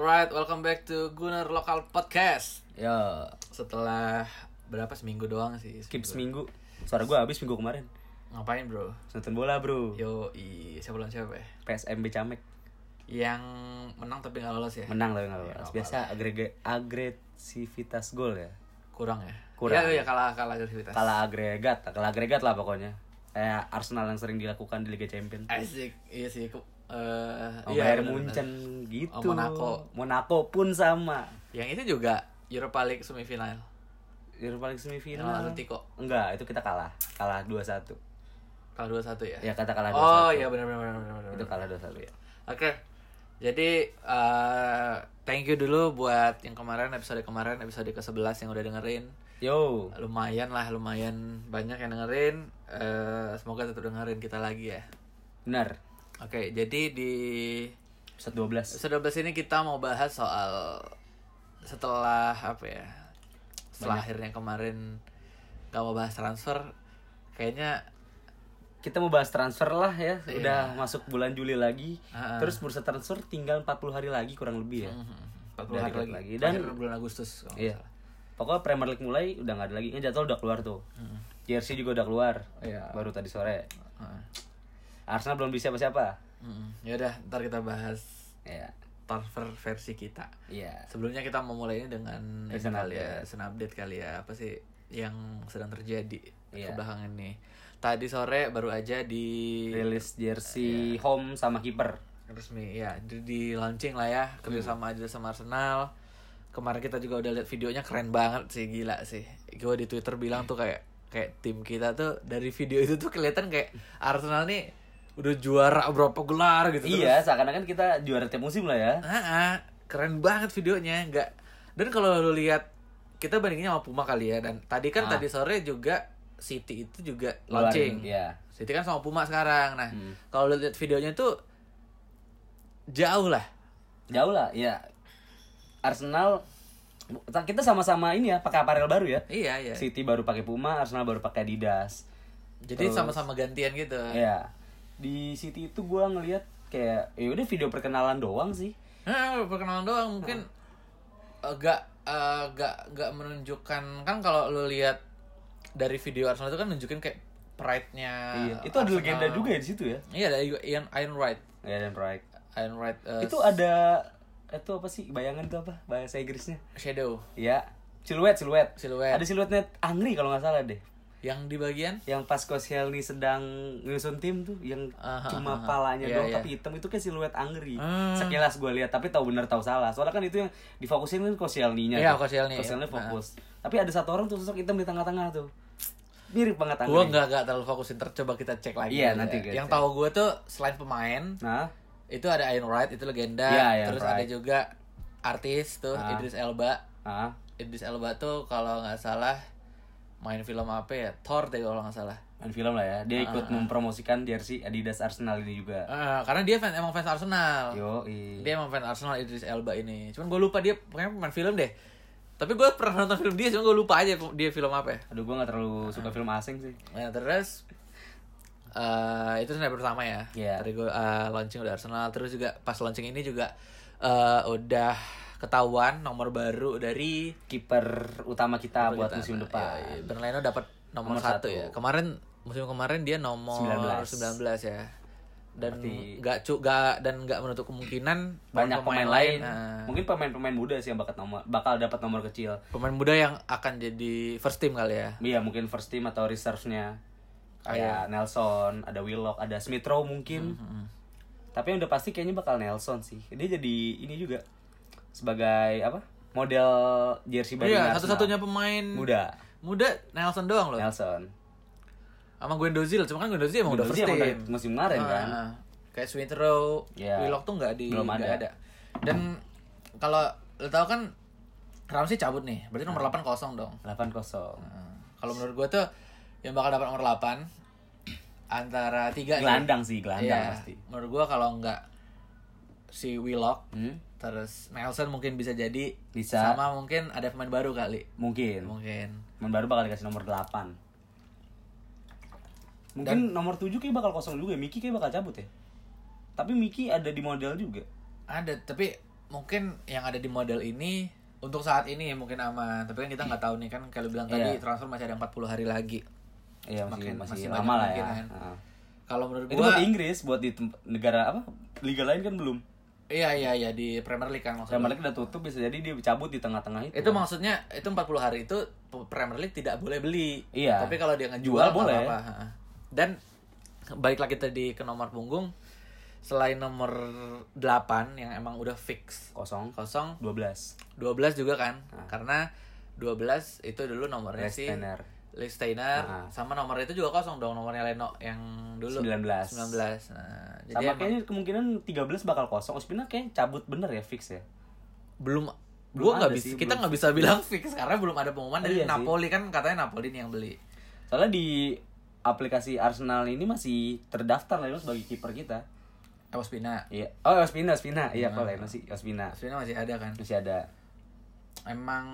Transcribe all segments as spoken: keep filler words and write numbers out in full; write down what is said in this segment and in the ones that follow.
Alright, welcome back to Gunner Local Podcast. Ya, Setelah berapa seminggu doang sih? skip seminggu. Suara gue habis minggu kemarin. Ngapain bro? Nonton bola bro. Yo, i siapa lawan siapa ya? P S M B Camek. Yang menang tapi nggak lolos ya? Menang tapi nggak Ya, lolos. nggak Biasa agrega- agresivitas gol ya. Kurang ya? Kurang. Ya, ya kalah kalah agresivitas. Kalah agregat, kalah agregat lah pokoknya. Kayak Arsenal yang sering dilakukan di Liga Champions. Asik, iya sih. Ke, uh, Oh, iya, Bayern bener-bener. Munchen gitu. Oh, Monaco. Monaco pun sama. Yang itu juga Europa League semifinal. Europa League semifinal. Yang Atletico. Enggak, itu kita kalah. Kalah dua satu. Kalah dua satu ya? Ya kata kalah dua satu. Oh iya benar benar benar benar. Itu kalah dua satu ya. Oke. Jadi uh, thank you dulu buat yang kemarin episode kemarin episode ke sebelas yang udah dengerin. Yo. Lumayan lah, lumayan banyak yang dengerin. Uh, semoga tetap dengerin kita lagi ya. Benar. Oke, jadi di Episode dua belas. episode dua belas ini kita mau bahas soal setelah apa ya? Setelah Banyak. akhirnya kemarin gak mau bahas transfer, kayaknya Kita mau bahas transfer lah ya. Iya. Udah masuk bulan Juli lagi. Uh-uh. Terus bursa transfer tinggal empat puluh hari lagi kurang lebih ya. empat puluh hari Udah lagi. dikit lagi. Dan Dan- bulan Agustus kalau nggak Iya. salah. Pokoknya Premier League mulai udah nggak ada lagi. Ini jadwal udah keluar tuh. Hmm. Jersey juga udah keluar. Iya. Baru tadi sore. Heeh. Arsenal belum bisa siapa-siapa. Hmm. Ya udah, ntar kita bahas Iya. transfer versi kita. Iya. Sebelumnya kita mau mulai ini dengan ini Recent kali ya, update. recent update kali ya. Apa sih yang sedang terjadi Iya. kebelakangan nih. Tadi sore baru aja di Rilis Iya. jersey home sama kiper. resmi ya, di, di launching lah ya, kerjasama aja sama Arsenal. Kemarin kita juga udah lihat videonya, keren banget sih, gila sih. Gue di Twitter bilang tuh kayak kayak tim kita tuh dari video itu tuh kelihatan kayak Arsenal nih udah juara berapa gelar gitu. Iya, seakan-akan kita juara tiap musim lah ya. Ah, ah, keren banget videonya, nggak. Dan kalau lu lihat, kita bandingnya sama Puma kali ya. Dan tadi kan Ah. tadi sore juga City itu juga Ngeluarin, launching. iya. City kan sama Puma sekarang. Nah, Hmm. kalau lu lihat videonya tuh jauh lah. Jauh lah, ya. Arsenal kita sama-sama ini ya, pakai aparel baru ya. Iya, iya. City baru pakai Puma, Arsenal baru pakai Adidas. Jadi Terus- sama-sama gantian gitu. Iya. Di City itu gua ngelihat kayak ya udah video perkenalan doang sih. Nah, perkenalan doang mungkin agak agak agak menunjukkan, kan kalau lu lihat dari video Arsenal itu kan nunjukin kayak pride-nya. Iya. Itu ada Arsenal. legenda juga ya di situ ya. Iya, ada Ian Ian Wright. Ya dan right. Ian Wright eh, Itu ada itu apa sih? Bayangan itu apa? Bahasa Inggrisnya. shadow Ya. Siluet, siluet. Siluet. Ada siluetnya Angri kalau nggak salah deh. yang di bagian Yang pas Koscielny sedang nyusun tim tuh, yang Aha, cuma aha. palanya Iya, doang iya. tapi hitam, itu kayak siluet Angri. Hmm. Sekilas gue lihat, tapi tahu benar tahu salah. Soalnya kan itu yang difokusin kan Koscielny-nya. Iya, tuh. Koscielny. Koscielny Nah. fokus. Tapi ada satu orang tuh sosok hitam di tengah-tengah tuh. Mirip banget Angri. gua nggak nggak terlalu fokusin, ntar coba kita cek lagi. Iya, ya. nanti kita yang cek. tahu gua tuh selain pemain Nah, itu ada Ian Wright, itu legenda. Iya, Ian Terus Wright. ada juga artis tuh Ah. Idris Elba. ah, Idris Elba tuh kalau nggak salah main film apa ya, Thor deh kalau nggak salah. main film lah ya. Dia ikut Ah. mempromosikan jersey Adidas Arsenal ini juga. Eh, karena dia fans, emang fans Arsenal. Yo, Dia emang fans Arsenal, Idris Elba ini. Cuman gue lupa dia pokoknya main film deh. Tapi gue pernah nonton film dia, cuma gue lupa aja dia film apa ya. Aduh, gue gak terlalu suka film asing sih. Nah terus eh itu snap pertama ya. Iya. Tadi gue eh, launching udah Arsenal. Terus juga pas launching ini juga eh, udah ketahuan nomor baru dari Kiper utama kita buat kita. musim Nah, depan. ya, ya, Bernardino dapat nomor, Nomor satu satu. ya. Kemarin musim kemarin dia nomor sembilan belas. sembilan belas ya. Dan Berarti- nggak cu nggak dan nggak menutup kemungkinan Banyak pemain, lain. nah, Mungkin pemain-pemain muda sih yang bakal nomor bakal dapat nomor kecil. pemain muda yang akan jadi first team kali ya. Iya, mungkin first team atau reserve-nya. Kayak Nelson, ada Willock, ada Smith Rowe mungkin. Hmm. Tapi yang udah pasti kayaknya bakal Nelson sih. Dia jadi ini juga sebagai apa? Model jersey baru Iya, Arsenal. satu-satunya pemain muda. muda Nelson doang loh. Nelson. Sama Guendouzi, cuma kan Guendouzi emang udah Guendouzi first emang team. dari musim kemarin kan. Ah, kayak Smith Rowe, Iya. Willock tuh nggak di Belum nggak ada. Dan kalau lo tau kan Ramsey cabut nih, berarti nomor delapan kosong dong. delapan kosong. Nah, kalau menurut gue tuh yang bakal dapat nomor delapan antara tiga nih. Gelandang sih, gelandang Iya, pasti. menurut gue kalau nggak si Willock, Hmm? terus Nelson mungkin bisa jadi, Bisa. sama mungkin ada pemain baru kali. Mungkin. Mungkin. Pemain baru bakal dikasih nomor delapan. Mungkin nomor tujuh kayak bakal kosong juga. Miki kayak bakal cabut ya. Tapi Miki ada di model juga. Ada, tapi mungkin yang ada di model ini untuk saat ini mungkin aman, tapi kan kita nggak tahu nih kan kalau bilang tadi Iya. transfer masih ada empat puluh hari lagi. Iya masih Makin- masih, masih lama banyak lah ya. kemungkinan. Heeh. Kalau menurut Itu gua buat Inggris, buat di tem- negara apa? Liga lain kan belum. iya iya iya di Premier League kan maksudnya. Premier League udah tutup, bisa jadi dia cabut di tengah-tengah itu. Itu maksudnya itu empat puluh hari itu Premier League tidak boleh beli. Iya. Tapi kalau dia ngejual Jual nggak boleh. apa-apa. Ha. Dan balik lagi tadi ke nomor punggung, selain nomor delapan yang emang udah fix kosong kosong, dua belas. dua belas juga kan. Nah. Karena dua belas itu dulu nomornya si Lichtsteiner. Lichtsteiner, Nah. sama nomor itu juga kosong dong, nomornya Leno yang dulu sembilan belas. sembilan belas. Nah, jadi Sama emang kayaknya kemungkinan tiga belas bakal kosong. Ospina kayak cabut bener ya, fix ya. belum Belum gua nggak ada bisa sih, kita belum. nggak bisa bilang fix karena belum ada pengumuman dari Iya sih. Napoli kan, katanya Napoli nih yang beli. Soalnya di aplikasi Arsenal ini masih terdaftar Leno sebagai kiper kita. Ospina. Iya. Oh, Ospina, Ospina. Iya, Nah. kok Leno sih Ospina. Ospina masih ada kan. Masih ada. Emang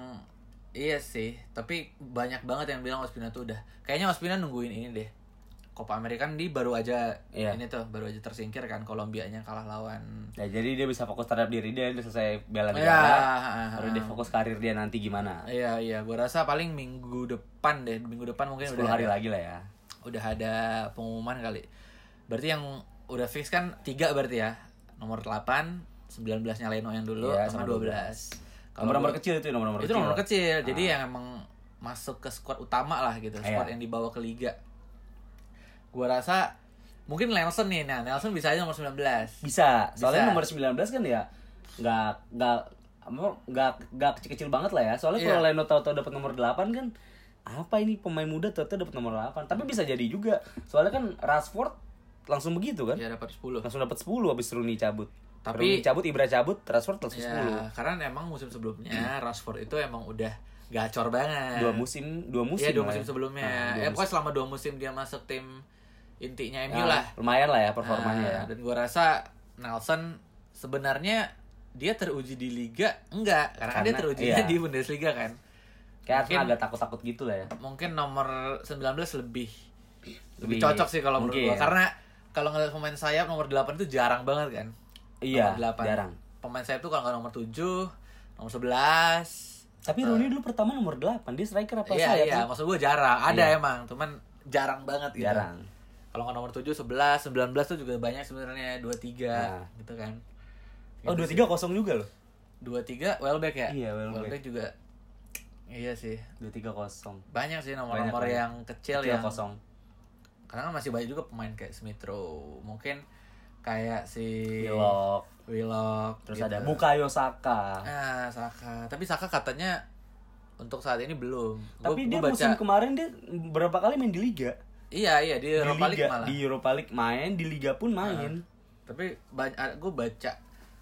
iya sih, tapi banyak banget yang bilang Ospina tuh udah. Kayaknya Ospina nungguin ini deh. Copa America kan dia baru aja Iya. ini tuh, baru aja tersingkir kan, Kolombianya kalah lawan. Ya, jadi dia bisa fokus terhadap diri dia, dia selesai bela Iya, negara. Baru dia fokus karir dia nanti gimana. Iya, iya, gua rasa paling minggu depan deh, minggu depan mungkin sepuluh udah hari ada, lagi lah ya. udah ada pengumuman kali. Berarti yang udah fix kan tiga berarti ya. Nomor delapan, sembilan belas-nya Leno yang dulu, Iya, sama sama dua belas. Kalau Nomor-nomor gua- kecil itu nomor-nomor itu kecil. nomor kecil, jadi Ah. yang emang masuk ke squad utama lah gitu, squad Iya. yang dibawa ke liga. Gua rasa mungkin Nelson nih, nah Nelson bisa aja nomor sembilan belas. Bisa. Soalnya Bisa. nomor sembilan belas kan ya nggak nggak apa nggak nggak kecil-kecil banget lah ya. Soalnya Iya. kalau Leno tahu-tahu dapat nomor delapan kan apa ini pemain muda tahu-tahu dapat nomor delapan. Tapi bisa jadi juga. Soalnya kan Rashford langsung begitu kan. Ya dapat sepuluh. Langsung dapat sepuluh habis Rooney cabut. Tapi- Rooney cabut, Ibra cabut, Rashford langsung sepuluh. Ya, karena emang musim sebelumnya Rashford itu emang udah gacor banget. Dua musim, dua musim. Iya, dua lah musim ya. sebelumnya. Nah, dua eh, pokoknya musim. selama dua musim dia masuk tim intinya M U Nah, lah. lumayan lah ya performanya Nah, ya. Dan gua rasa Nelson sebenarnya dia teruji di liga enggak, karena, kan dia Karena- terujinya iya. di Bundesliga kan. Kayak mungkin- Arsenal agak takut-takut gitu lah ya. Mungkin nomor sembilan belas lebih lebih, Lebih- cocok sih kalau menurut mungkin. gua, karena kalau ngeliat pemain sayap nomor delapan itu jarang banget kan. Iya, Nomor delapan. jarang. Pemain sayap tuh kalau nggak nomor tujuh, nomor sebelas. Tapi Rooney dulu pertama nomor delapan, dia striker apa Iya, sayap? iya, kan? maksud gua jarang. Ada Iya. emang, cuman jarang banget gitu. Jarang. Kalau nggak nomor tujuh, sebelas, sembilan belas tuh juga banyak sebenarnya, dua tiga Nah. gitu kan. Oh, dua tiga kosong juga loh. dua tiga Welbeck ya? Iya, Welbeck. juga. Iya sih. dua tiga kosong. Banyak sih nomor-nomor Banyak, yang kecil, Kecil yang kosong. karena kan masih banyak juga pemain kayak Smith Rowe. Mungkin kayak si Willock. Willock, Terus gitu. ada Bukayo Saka. Ah, Saka. Tapi Saka katanya untuk saat ini belum. Tapi Gua- dia gua baca, musim kemarin dia berapa kali main di liga? iya iya di Di Europa League liga, malah. di Europa League main, di liga pun main. Tapi banyak gue baca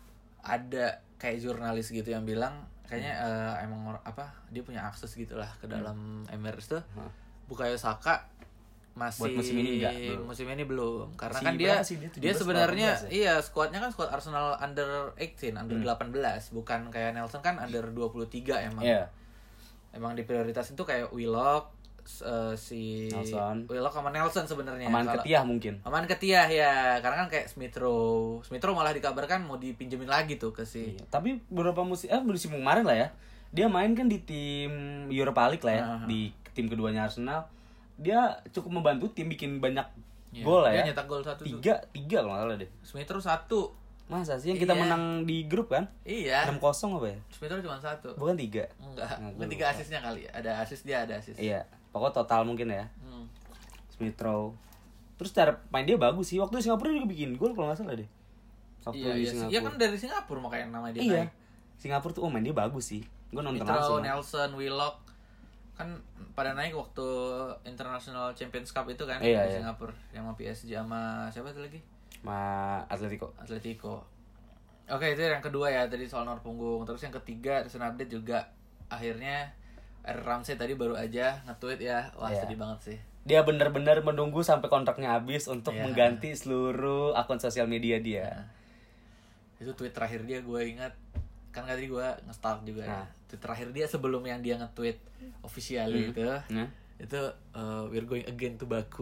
ada kayak jurnalis gitu yang bilang kayaknya eh, emang or- apa dia punya akses gitulah ke dalam Emirates tuh. Hah. Bukayo Saka masih Buat musim ini enggak, belum. musim ini belum karena Masih kan dia berapa sih dia? tujuh dia belas, sebenarnya delapan belas ya? iya skuadnya kan skuad Arsenal under delapan belas, under Hmm. delapan belas, bukan kayak Nelson kan under dua puluh tiga emang. Iya. Emang di prioritasin tuh kayak Willock, s- eh, si Nelson. Willock sama Nelson sebenarnya. Aman Kalau- Ketiah mungkin. Aman Ketiah ya, karena kan kayak Smith Rowe. Smith Rowe malah dikabarkan mau dipinjemin lagi tuh ke si. Iya. Tapi beberapa musim eh musim kemarin lah ya. Dia main kan di tim Europa League lah ya, Ah. di tim keduanya Arsenal. Dia cukup membantu tim bikin banyak Iya, gol lah dia ya. nyetak gol satu tuh. Tiga, tiga kalau nggak salah deh. Smith Rowe satu. Masa sih yang kita Iya. menang di grup kan? Iya. enam kosong apa ya? Smith Rowe cuma satu. Bukan tiga. Enggak, Nggak, mungkin gua tiga lupa. asisnya kali ya. Ada asis dia, ada asis. Iya, pokoknya total mungkin ya. Hmm. Smith Rowe. Terus cara main dia bagus sih. Waktu di Singapura dia juga bikin gol kalau nggak salah deh. Waktu Iya, di iya, sih. Singapura. Iya kan dari Singapura makanya namanya dia Iya. naik. Singapura tuh oh main dia bagus sih. Gue nonton Smith Rowe, langsung. Nelson, Willock kan pada naik waktu International Champions Cup itu kan Iya, di iya. Singapura yang sama P S G sama siapa tuh lagi? Ma Atletico. Atletico. Oke, itu yang kedua ya tadi soal nomor punggung. Terus yang ketiga recent update juga akhirnya R. Ramsey tadi baru aja nge-tweet ya. Wah, Iya. sedih banget sih. Dia benar-benar menunggu sampai kontraknya habis untuk Iya. mengganti seluruh akun sosial media dia. Itu tweet terakhir dia gue ingat kan tadi gue nge-stalk juga ya. Nah. Tweet terakhir dia sebelum yang dia nge-tweet officially Hmm. itu Nah. itu uh, we're going again to Baku.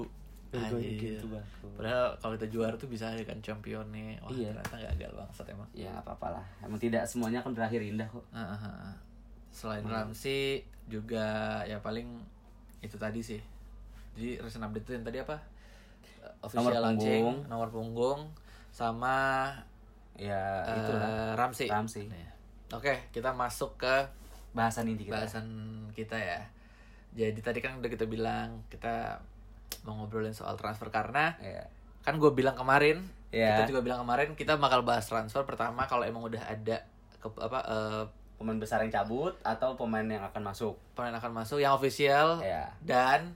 Uruguay Anjir. gitu bang. Padahal kalau kita juara tuh bisa ada kan championnya. Wah, Iya. ternyata gagal bangsat emang. Ya apa-apalah. Emang tidak semuanya akan berakhir indah kok. Ah, ah, ah. Selain Ramsey juga ya paling itu tadi sih. Jadi recent update itu yang tadi apa? Uh, Official Nomor launching, punggung. nomor punggung sama Ya uh, itulah Ramsey. Ramsey. Nih. Oke, kita masuk ke Bahasan inti kita. bahasan kita ya. Jadi tadi kan udah kita bilang kita mau ngobrolin soal transfer karena Ya. kan gue bilang kemarin, Ya. kita juga bilang kemarin kita bakal bahas transfer pertama kalau emang udah ada ke apa uh, Pemain besar yang cabut atau pemain yang akan masuk. pemain akan masuk yang official Ya. dan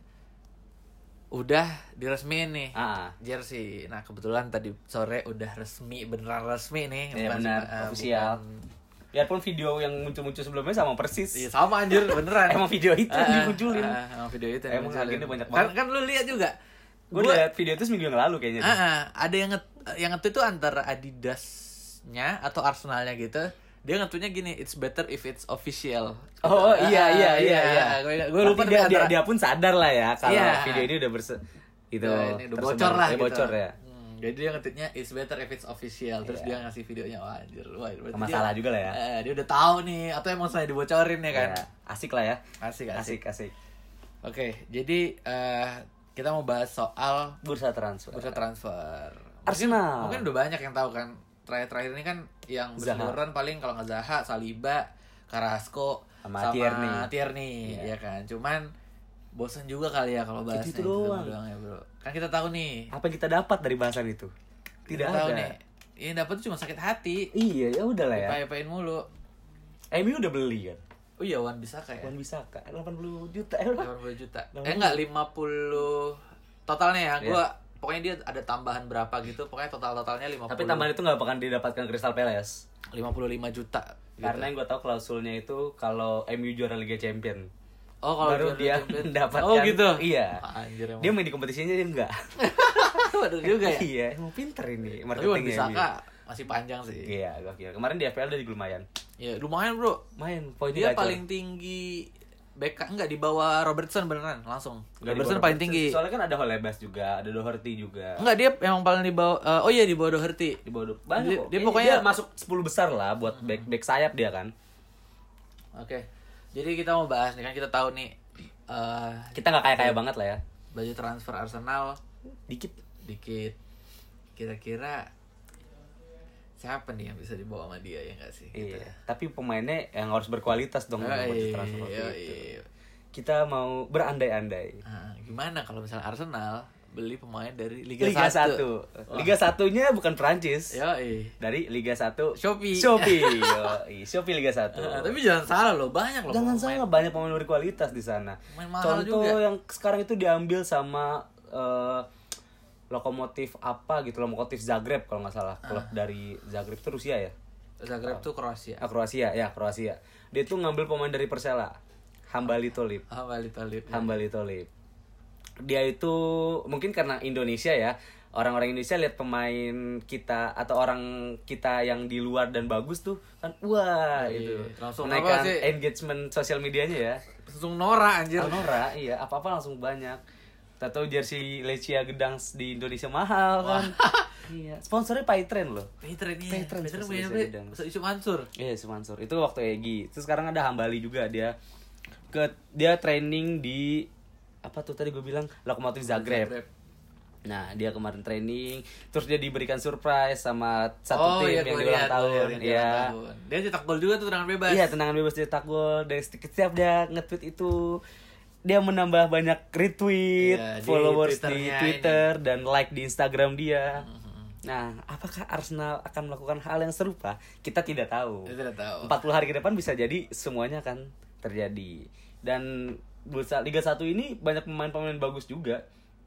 udah diresmiin nih Ah. jersey. Nah kebetulan tadi sore udah resmi, beneran resmi nih. Iya, Bukan- benar, eh, official. bukan- Biarpun video yang muncul-muncul sebelumnya sama persis. Iya sama anjir beneran. Emang video itu yang Ah, dimunculin. ah, emang video itu yang Emang dimunculin. agennya banyak kan, banget. kan lu lihat juga. Gue Gua- lihat video itu seminggu yang lalu kayaknya. Ah, ah, ada yang nget yang nge-tweet tuh antara Adidasnya atau Arsenalnya gitu. Dia nge-tweetnya gini, it's better if it's official. Oh, Gitu. iya, Ah, iya, iya, iya. Gue lupa Tapi dia, tapi dia, antara- dia pun sadar lah ya kalau Iya. video ini udah berse itu Ya, ini udah tersebar. bocor lah Ya, gitu. bocor ya. Hmm, jadi dia nge-tweetnya it's better if it's official. Terus Iya. dia ngasih videonya. Wah anjir. Wah, berarti Nggak masalah dia, juga lah ya. eh, dia udah tahu nih atau emang saya dibocorin ya kan. Ya, asik lah ya. Asik, asik. Asik, asik. Oke, jadi eh, kita mau bahas soal Bursa transfer. bursa transfer. Mungkin- Arsenal. Mungkin udah banyak yang tahu kan. Terakhir-terakhir ini kan yang Zaha. berseliweran paling kalau nggak Zaha, Saliba, Carrasco, Sama sama Tierney. Tierney, Iya. ya kan. Cuman bosan juga kali ya kalau bahasnya Gitu doang. ya, Bro. Kan kita tahu nih. Apa yang kita dapat dari bahasan itu? Tidak kita tahu ada. nih. Yang dapat tuh cuma sakit hati. Iya, ya udah lah ya. Dipayain mulu. M U udah beli kan. Oh iya, Wan bisa kayak Wan Bisaka delapan puluh juta. Eh, berapa? delapan puluh juta. delapan Eh puluh. enggak lima puluh totalnya ya. Iya. Gua pokoknya dia ada tambahan berapa gitu. Pokoknya total-totalnya lima puluh. Tapi tambahan itu nggak akan didapatkan Crystal Palace. lima puluh lima juta gitu. Karena yang gue tahu klausulnya itu kalau M U juara Liga Champion. Oh, kalau baru juara dia Champions. mendapatkan. Oh, gitu. Iya. Ah, anjir emang. Dia main di kompetisinya dia enggak. Bener juga ya. Iya, emang pinter ini Tapi Wan marketingnya. Bisaka masih panjang sih. Iya, gokil. Kemarin di F P L udah juga lumayan. Ya, lumayan, Bro. Main poinnya Dia gacor. paling tinggi B K enggak di bawah Robertson beneran langsung. Nggak di Robertson bawah paling Robertson. tinggi. Soalnya kan ada Holebas juga, ada Doherty juga. Enggak, dia emang paling di bawah eh, oh iya di bawah Doherty. Di bawah banyak Dia- kok. dia Dia, pokoknya- dia masuk sepuluh besar lah buat back back sayap dia kan. Oke. Jadi kita mau bahas nih kan kita tahu nih eh Kita nggak kaya-kaya banget lah ya. budget transfer Arsenal Dikit. dikit. Kira-kira siapa nih yang bisa dibawa sama dia ya enggak sih? Gitu. Iya. Tapi pemainnya yang harus berkualitas dong Oh, buat iya, transfer iya, gitu. iya. Kita mau berandai-andai. Nah, gimana kalau misalnya Arsenal beli pemain dari Liga, Liga satu? satu. Liga satunya bukan Prancis. Ya, iya. Dari Liga satu Shopee. Shopee. Yoi, Shopee Liga satu. Ah, tapi jangan salah loh, banyak loh Jangan pemain. salah, banyak pemain berkualitas di sana. Pemain mahal Contoh juga. yang sekarang itu diambil sama eh, Lokomotif apa gitu, Lokomotif Zagreb kalau nggak salah. Klub dari Zagreb itu Rusia ya? Zagreb tuh Kroasia. Ah, Kroasia, ya Kroasia. Dia tuh ngambil pemain dari Persela. Hambali Tolib. Ah, balik balik. Hambali Tolib. Dia itu mungkin karena Indonesia ya, orang-orang Indonesia lihat pemain kita atau orang kita yang di luar dan bagus tuh kan wah Iya, itu langsung menaikkan apa sih? engagement sosial medianya ya. Langsung Nora anjir. Nora, iya apa-apa langsung banyak. Tahu jersey Lecia Gedang di Indonesia mahal kan. Iya, sponsornya Paytrend loh. Peter ini. Peter, Peter Peter punya bisa bidang. Isu Mansur. Iya, si Mansur. Itu waktu Egi. Terus sekarang ada Hambali juga, dia ke dia training di apa tuh tadi gue bilang Lokomotif Zagreb. Nah, dia kemarin training, terus dia diberikan surprise sama satu Oh, tim iya, yang gua di ulang lihat, gua tahun. lihat yang di Iya. ulang tahun. Dia cetak gol juga tuh tendangan bebas. Iya, tendangan bebas cetak gol. Dari setiap dia nge-tweet itu dia menambah banyak retweet, Iya, di followers di Twitternya Twitter dan like di Instagram dia. Nah, apakah Arsenal akan melakukan hal yang serupa? Kita tidak tahu. Kita tidak tahu. empat puluh hari ke depan bisa jadi semuanya akan terjadi. Dan bursa Liga satu ini banyak pemain-pemain bagus juga.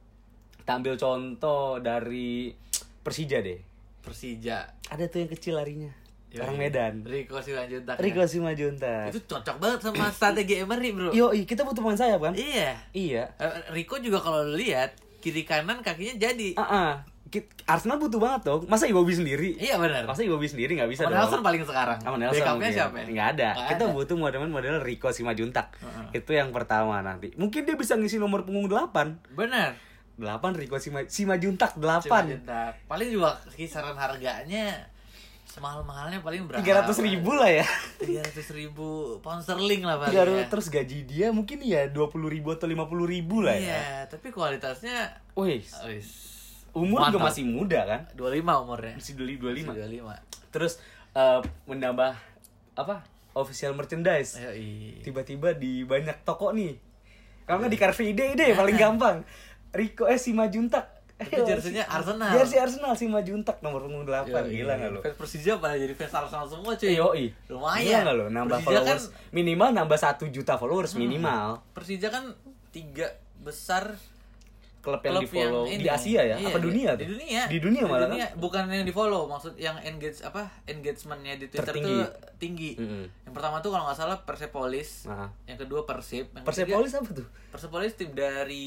Kita ambil contoh dari Persija deh. Persija. Ada tuh yang kecil larinya. Yoi. Orang Medan. Rico Simanjuntak. Rico ya. Simanjuntak. Itu cocok banget sama strategi Emery, Bro. Yo, kita butuh pemain sayap kan? Iya. Iya. Eh, Rico juga kalau lu lihat kiri kanan kakinya jadi. Ah, ah. Kit- Arsenal butuh banget dong. Masa Iwobi sendiri? Iya benar. Masa Iwobi sendiri nggak bisa Sama dong? Nelson paling sekarang. Sama Nelson Backupnya mungkin. siapa ya? Nggak ada. Nggak Kita ada. butuh model-model Rico Simanjuntak. Heeh. Itu yang pertama nanti. Mungkin dia bisa ngisi nomor punggung delapan. Benar. delapan Rico Sima Simajuntak delapan. Simajuntak. Paling juga kisaran harganya semahal-mahalnya paling berapa? tiga ratus ribu lah ya. tiga ratus ribu pound sterling lah paling ya. Terus gaji dia mungkin ya dua puluh ribu atau lima puluh ribu lah iya, ya. Iya, tapi kualitasnya wih. Wis. Umur juga masih muda kan? dua puluh lima umurnya. Masih dua puluh lima. dua puluh lima. Terus uh, menambah apa? Official merchandise. Yoi. Tiba-tiba di banyak toko nih. Kalau nggak di Car Free Day deh paling gampang. Rico eh Simajuntak. Tapi jersey-nya Arsenal. Jersey Arsenal Simajuntak nomor punggung delapan. Yoi. Gila enggak lo? Fans Persija pada jadi fans Arsenal semua cuy. Yoi. Lumayan. Gila enggak lo? Nambah Persija followers kan, minimal nambah satu juta followers minimal. Hmm, Persija kan tiga besar klub yang klub di follow yang di ini. Asia ya? Iya, apa dunia di, tuh? Di dunia. Di dunia di malah dunia. kan? Bukan yang di follow, maksud yang engage apa? Engagementnya di Twitter tertinggi. tuh tinggi. Mm-hmm. Yang pertama tuh kalau nggak salah Persepolis. Nah. Yang kedua Persib. Yang Persepolis ketiga, apa tuh? Persepolis tim dari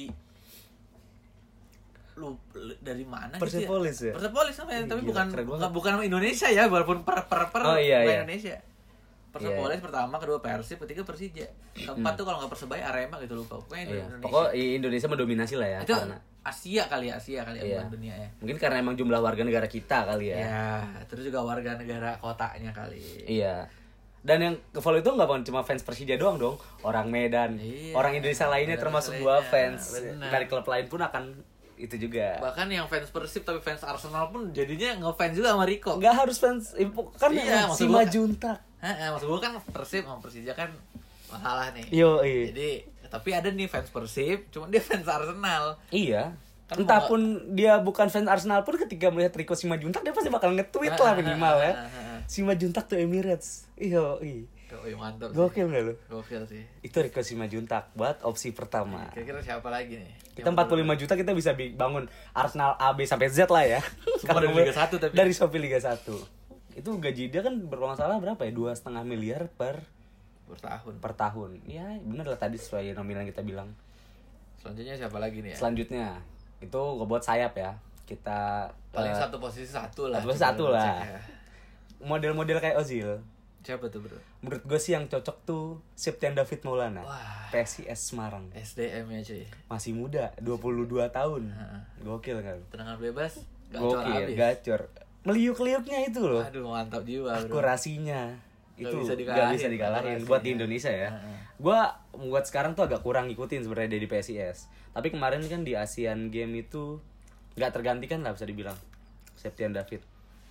lu dari mana Persepolis gitu ya? ya? Persepolis apa ya? Tapi Gila, bukan keren bukan bukan Indonesia ya, walaupun per per per Oh, iya, bukan iya. Indonesia. Persepolis pertama, kedua Persib, ketiga Persija. Keempat tuh kalau nggak Persebaya Arema gitu lupa. Pokoknya Iya. Indonesia. Pokok Indonesia mendominasi lah ya. Itu karena Asia kali ya, Asia kali ya, Iya. bukan dunia ya. mungkin karena emang jumlah warga negara kita kali ya. Ya, terus juga warga negara kotanya kali. Iya. Dan yang ke follow itu nggak cuma fans Persija doang dong, orang Medan, Iya, orang Indonesia lainnya Indonesia termasuk lainnya, gua fans benar. dari klub lain pun akan itu juga. Bahkan yang fans Persib tapi fans Arsenal pun jadinya ngefans juga sama Rico. Nggak harus fans, kan Iya, maksud gua- Simajuntak. Heeh, maksud gua kan Persib sama Persija kan masalah nih. Yo, iya. Jadi, tapi ada nih fans Persib, cuma dia fans Arsenal. Iya. Kan Entah mau- pun dia bukan fans Arsenal pun ketika melihat Rico Simajuntak dia pasti bakal nge-tweet lah minimal ya. Simajuntak tuh Emirates. Iyo, iya. Oh, iya, mantap sih. Gokil nggak lu? Gokil sih. Itu Rico Simajuntak buat opsi pertama. Kira-kira siapa lagi nih? Kita empat puluh lima juta kita bisa bi- bangun Arsenal A B sampai Z lah ya. Semua dari Liga satu tapi. Dari Shopee Liga satu. Itu gaji dia kan bermasalah berapa ya? Dua setengah miliar per per tahun. per tahun. Ya bener lah tadi sesuai nominal yang kita bilang. Selanjutnya siapa lagi nih ya? Selanjutnya itu gue buat sayap ya. Kita Paling eh, satu posisi satu lah. satu posisi coba satu lu lah. cek ya. model-model kayak Ozil. Siapa tuh bro? Menurut gue sih yang cocok tuh Septian David Maulana. Wah. P S I S Semarang. S D M ya cuy. Masih muda, dua puluh dua tahun. Heeh. Gokil kan? Tendangan bebas. Gacor Gokil, abis. gacor. Meliuk-liuknya itu loh. Aduh mantap jiwa bro. Akurasinya Gak itu bisa gak dikalahin, bisa dikalahin akurasinya. buat di Indonesia ya. Heeh. Gua buat sekarang tuh agak kurang ngikutin sebenarnya dari P S I S. Tapi kemarin kan di Asian Game itu nggak tergantikan lah bisa dibilang Septian David.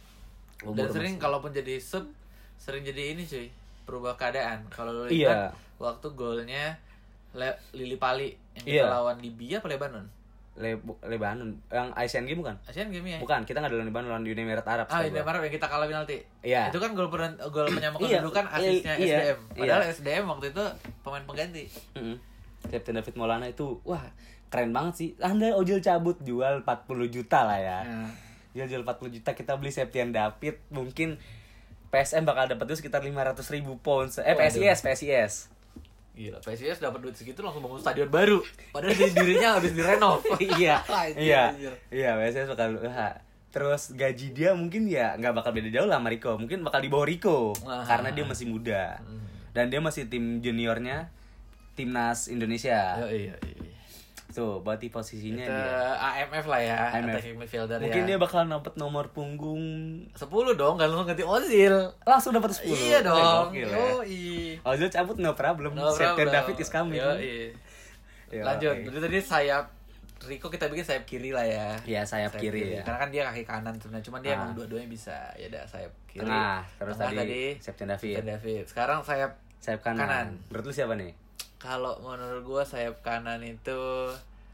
Dan Umur sering masih- kalaupun jadi sub sering jadi ini cuy, perubah keadaan. Kalau lu Iya. lihat waktu golnya Le- Lili Pali yang Iya. kita lawan Libya apa Lebanon? Le- Lebanon yang Asian Game bukan? Asian Game ya? Bukan, kita nggak lawan Lebanon, lawan Uni Emirat Arab. Ah, setahu ini gua. Arab yang kita kalah penalti. Iya. Itu kan gol peren- gol penyama Iya, kedudukan asisnya iya, S D M. iya. Padahal S D M waktu itu pemain pengganti. Mm-mm. Septian David Maulana itu wah keren banget sih. Anda Ojil cabut jual empat puluh juta lah ya. Nah, Jual jual empat puluh juta kita beli Septian David mungkin P S M bakal dapat tuh sekitar lima ratus ribu pounds. Eh P S I S, P S I S. gila, P S I S dapat duit segitu langsung bangun stadion baru. Padahal di dirinya habis direnov. iya. Anjir, iya. anjir. Iya, P S I S bakal wah. Terus gaji dia mungkin ya nggak bakal beda jauh lah sama Rico. Mungkin bakal di bawah Rico Wah. karena dia masih muda. Dan dia masih tim juniornya timnas Indonesia. Ya, iya, iya. Tuh, berarti posisinya Kita dia. A M F lah ya, A M F. attacking midfielder Mungkin ya. dia bakal dapat nomor punggung sepuluh dong, kan langsung ganti Ozil. langsung dapat sepuluh. Iya dong. Gokil, ya. Yoi. Ozil cabut no problem. No Septian problem. David is coming. Yoi. Yoi. Lanjut. Jadi tadi sayap Rico kita bikin sayap kiri lah ya. Iya, sayap kiri ya. Karena kan dia kaki kanan sebenarnya, cuman dia Ah. emang dua-duanya bisa. Ya udah sayap kiri. Tengah, terus Tengah tadi Septian David. Septian David. Sekarang sayap Sayap kanan. Kanan. Menurut lu siapa nih? kalau menurut gua sayap kanan itu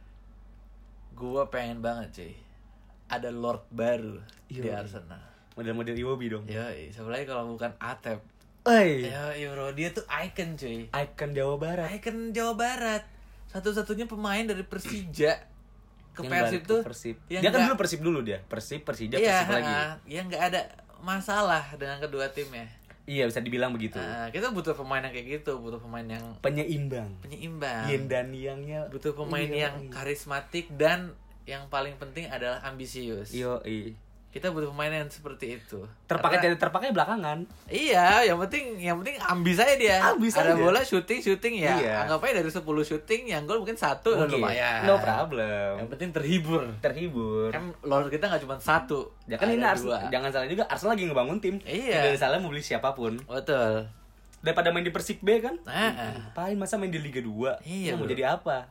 gua pengen banget cuy. Ada Lord baru di Yoi. Arsenal. Model-model Iwobi dong. Ya, siapa lagi kalau bukan Atep. Oi. Ya, bro, dia tuh icon cuy. Icon Jawa Barat. Icon Jawa Barat. Satu-satunya pemain dari Persija ke Yang Persib balik ke tuh. Persib. yang Dia kan nggak- dulu Persib dulu dia. Persib, Persija, Iya, Persib lagi. yang nggak ada masalah dengan kedua timnya. Iya, bisa dibilang begitu. Nah, kita butuh pemain yang kayak gitu, butuh pemain yang Penyeimbang. penyeimbang. Yen dan Yangnya. Butuh pemain Iya, yang iya. karismatik dan yang paling penting adalah ambisius. Yo, i. Kita butuh pemain yang seperti itu. Terpakai Karena- jadi terpakai belakangan. Iya, yang penting yang penting ambis aja dia. Ambis Ada aja. bola syuting syuting ya. Iya. Anggap aja dari sepuluh syuting yang gol mungkin satu udah Oke, lumayan. no problem. Yang penting terhibur. Terhibur. Kan lord kita nggak cuma satu. Ya kan ini ada Arsenal, dua. jangan salah juga Arsenal lagi ngebangun tim. Iya. Tidak salah mau beli siapapun. Betul. Daripada main di Persib B kan? Nah, ah. Ngapain masa main di Liga dua? Iya, Mau bro. jadi apa?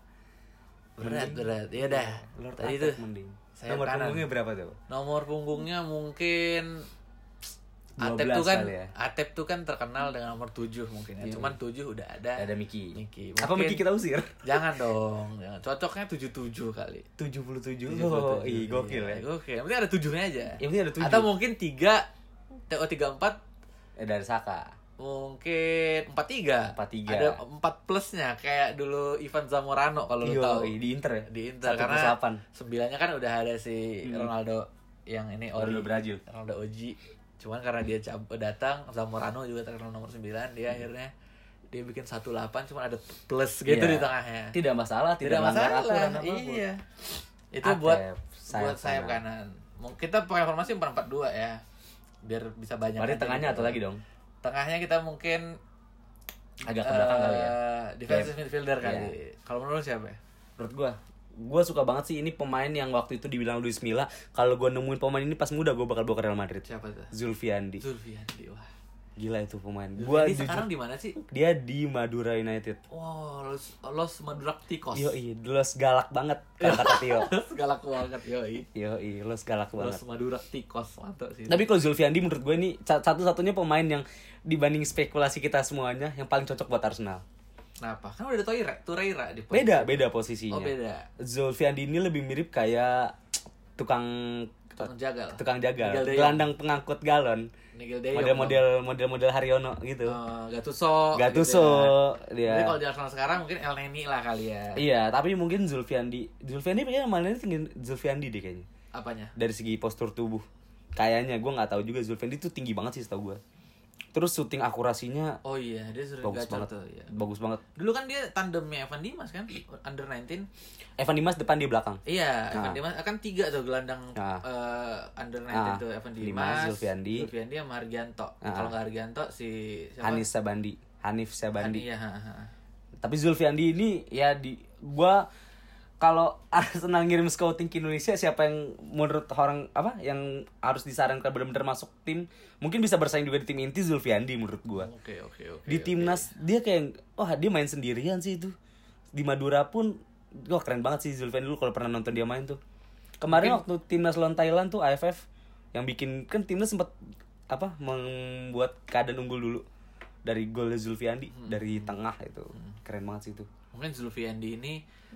berat berat. Ya dah. Lord Tadi Attack tuh mending. sayap Nomor kanan. punggungnya berapa tuh? Nomor punggungnya mungkin dua Atep belas tuh kan kali ya. Atep tuh kan terkenal dengan nomor tujuh mungkin ya. Iya. Cuman tujuh udah ada. Ada Miki. Miki. Apa Mungkin- Miki kita usir? Jangan dong. Jangan. Cocoknya tujuh tujuh kali. tujuh puluh tujuh. tujuh puluh Oh, tujuh. iya gokil ya. Iya, Gokil. Yang penting ada tujuhnya aja. Yang penting ada tujuh. Atau mungkin tiga T O tiga empat Eh, dari Saka. mungkin empat tiga. empat tiga. Ada empat plusnya kayak dulu Ivan Zamorano kalau lu Iya, tahu. di Inter ya. Di Inter Satu karena plus delapan. sembilannya kan udah ada si Hmm. Ronaldo yang ini Ori. Ronaldo Brazil. Ronaldo Oji. Cuman karena dia cab- datang Zamorano juga terkenal nomor sembilan, dia akhirnya dia bikin satu delapan cuman ada plus gitu Iya. di tengahnya. Tidak masalah, Tidak tidak, melanggar masalah. aturan apapun. Iya. Itu Atep, buat sayap buat sayap kanan. Mau kita pakai formasi empat empat dua ya. Biar bisa banyak. Berarti aja tengahnya gitu. atau lagi dong? Tengahnya kita mungkin Agak ke belakang eh, kali ya. defensive Kayak- midfielder kali. Iya. Kalau menurut lu siapa ya? Menurut gua, gua suka banget sih ini pemain yang waktu itu dibilang Luis Milla. Kalau gua nemuin pemain ini pas muda, gua bakal bawa ke Real Madrid. Siapa tuh? Zulfiandi. Zulfiandi. Wah. Gila itu pemain. Gua Gua Zulfiandi jujur, sekarang di mana sih? dia di Madura United. Wow, Los, Los Madura Ticos. Yo iya, los galak banget kalau kata Tio. Los galak banget yoi. Yo iya, los galak banget. Los Madura Ticos mantap sih. Tapi kalau Zulfiandi menurut gue ini sa- satu-satunya pemain yang dibanding spekulasi kita semuanya yang paling cocok buat Arsenal. Kenapa? Kan udah ada Torreira, Torreira di posisi. Beda, beda posisinya. Oh, beda. Zulfiandi ini lebih mirip kayak tukang Tukang jagal. tukang jagal, Nigel De Jong. gelandang pengangkut galon. Nigel De Jong. Model-model model-model Haryono gitu. Uh, Gattuso. Gattuso, gitu ya. dia. Tapi kalau di Arsenal sekarang mungkin El Neni lah kali ya. Iya, tapi mungkin Zulfiandi, Zulfiandi kayaknya mainnya tinggi Zulfiandi deh kayaknya. Apanya? Dari segi postur tubuh. Kayaknya gue nggak tahu juga Zulfiandi itu tinggi banget sih setahu gue. Terus syuting akurasinya Oh iya, dia sering bagus gacor banget. tuh ya. Bagus banget. Dulu kan dia tandemnya Evan Dimas kan, under sembilan belas. Evan Dimas depan dia belakang. Iya, Evan Nah. Dimas kan tiga tuh gelandang Nah. eh, under sembilan belas Nah. tuh Evan Dimas, Dimas, Zulfiandi. Zulfiandi sama Hargianto. Nah. Kalau nggak Hargianto si siapa? Hanif Sabandi. Hanif Sabandi. Iya, ha, ha. Tapi Zulfiandi ini ya di gua kalau Arsenal ngirim scouting ke Indonesia, siapa yang menurut orang apa yang harus disarankan benar-benar masuk tim, mungkin bisa bersaing juga di tim inti Zulfiandi menurut gua. Oke, oke, oke. Di oke. timnas dia kayak wah dia main sendirian sih itu. Di Madura pun wah keren banget sih Zulfiandi dulu kalau pernah nonton dia main tuh. Kemarin waktu timnas lawan Thailand tuh A F F yang bikin kan timnas sempat apa membuat keadaan unggul dulu dari gol Zulfiandi Hmm. dari tengah itu. Keren banget sih itu. Mungkin Zulfiandi ini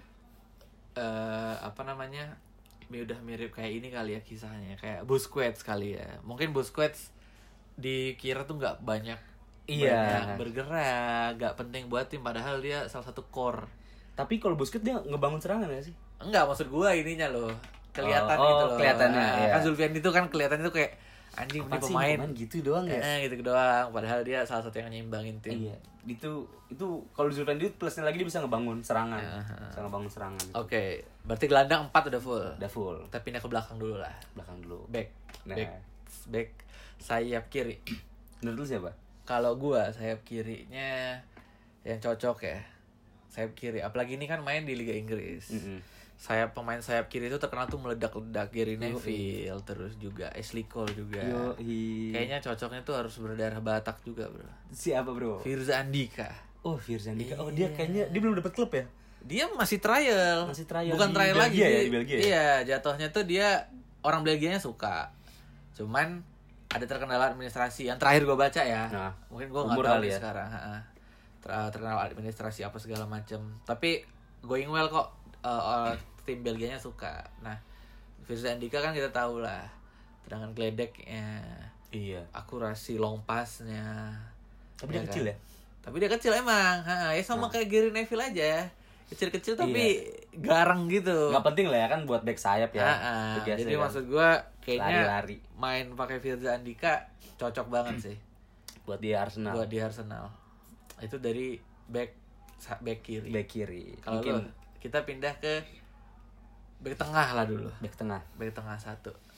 eh apa namanya? mi- udah mirip kayak ini kali ya kisahnya, kayak Busquets kali ya. Mungkin Busquets dikira tuh nggak banyak Iya. banyak bergerak, nggak penting buat tim padahal dia salah satu core. Tapi kalau Busquets dia ngebangun serangan gak sih? Enggak, maksud gua ininya loh. Kelihatan Oh, gitu oh, loh. kelihatannya, Nah, iya. Kan Zulfiandi itu kan kelihatannya tuh kayak anjing ini Apaan sih, pemain. pemain gitu doang ya? Eh, gitu doang. Padahal dia salah satu yang nyimbangin tim. Iya. Itu itu kalau Zulfiandi plusnya lagi dia bisa ngebangun serangan. Iya. Bisa ngebangun serangan. Oke, berarti gelandang empat udah full. Udah full. Kita pindah ke belakang dulu lah. Belakang dulu. Back. Nah. Back. Back sayap kiri. Menurut lu siapa? Kalau gua sayap kirinya yang cocok ya. Sayap kiri, apalagi ini kan main di Liga Inggris. Mm-mm. Sayap pemain sayap kiri itu terkenal tuh meledak-ledak. Gary Neville, terus juga Ashley Cole juga. Yoi. Kayaknya cocoknya tuh harus berdarah Batak juga, Bro. Siapa, Bro? Firza Andika. Oh, Firza Andika. Oh, Iya. dia kayaknya dia belum dapat klub ya? Dia masih trial. Masih trial Bukan di trial lagi. Belgia ya, di- di Belgia ya? Iya, jatuhnya tuh dia orang Belgianya suka. Cuman ada terkendala administrasi. Yang terakhir gue baca ya. Nah, Mungkin gue nggak umur tahu kali nih ya. sekarang. Ha-ha. Ter- terkendala administrasi apa segala macam. Tapi going well kok. Uh, uh, tim Belgianya suka. Nah, Firza Andika kan kita tahu lah. Tendangan geledeknya, Iya. akurasi long pass-nya. Tapi dia kecil ya? Tapi dia kecil emang. Ha, ya sama Nah. kayak Gary Neville aja. Kecil-kecil tapi garang gitu. Nggak penting lah ya kan buat back sayap ya. Ha, ha. Itu biasa Jadi kan. maksud gua kayaknya Lari-lari. main pakai Firza Andika cocok banget sih buat dia Arsenal. buat di Arsenal. Itu dari back sa- back kiri. back kiri. Kalau Mungkin lu, kita pindah ke back tengah lah dulu. back tengah. Back tengah satu.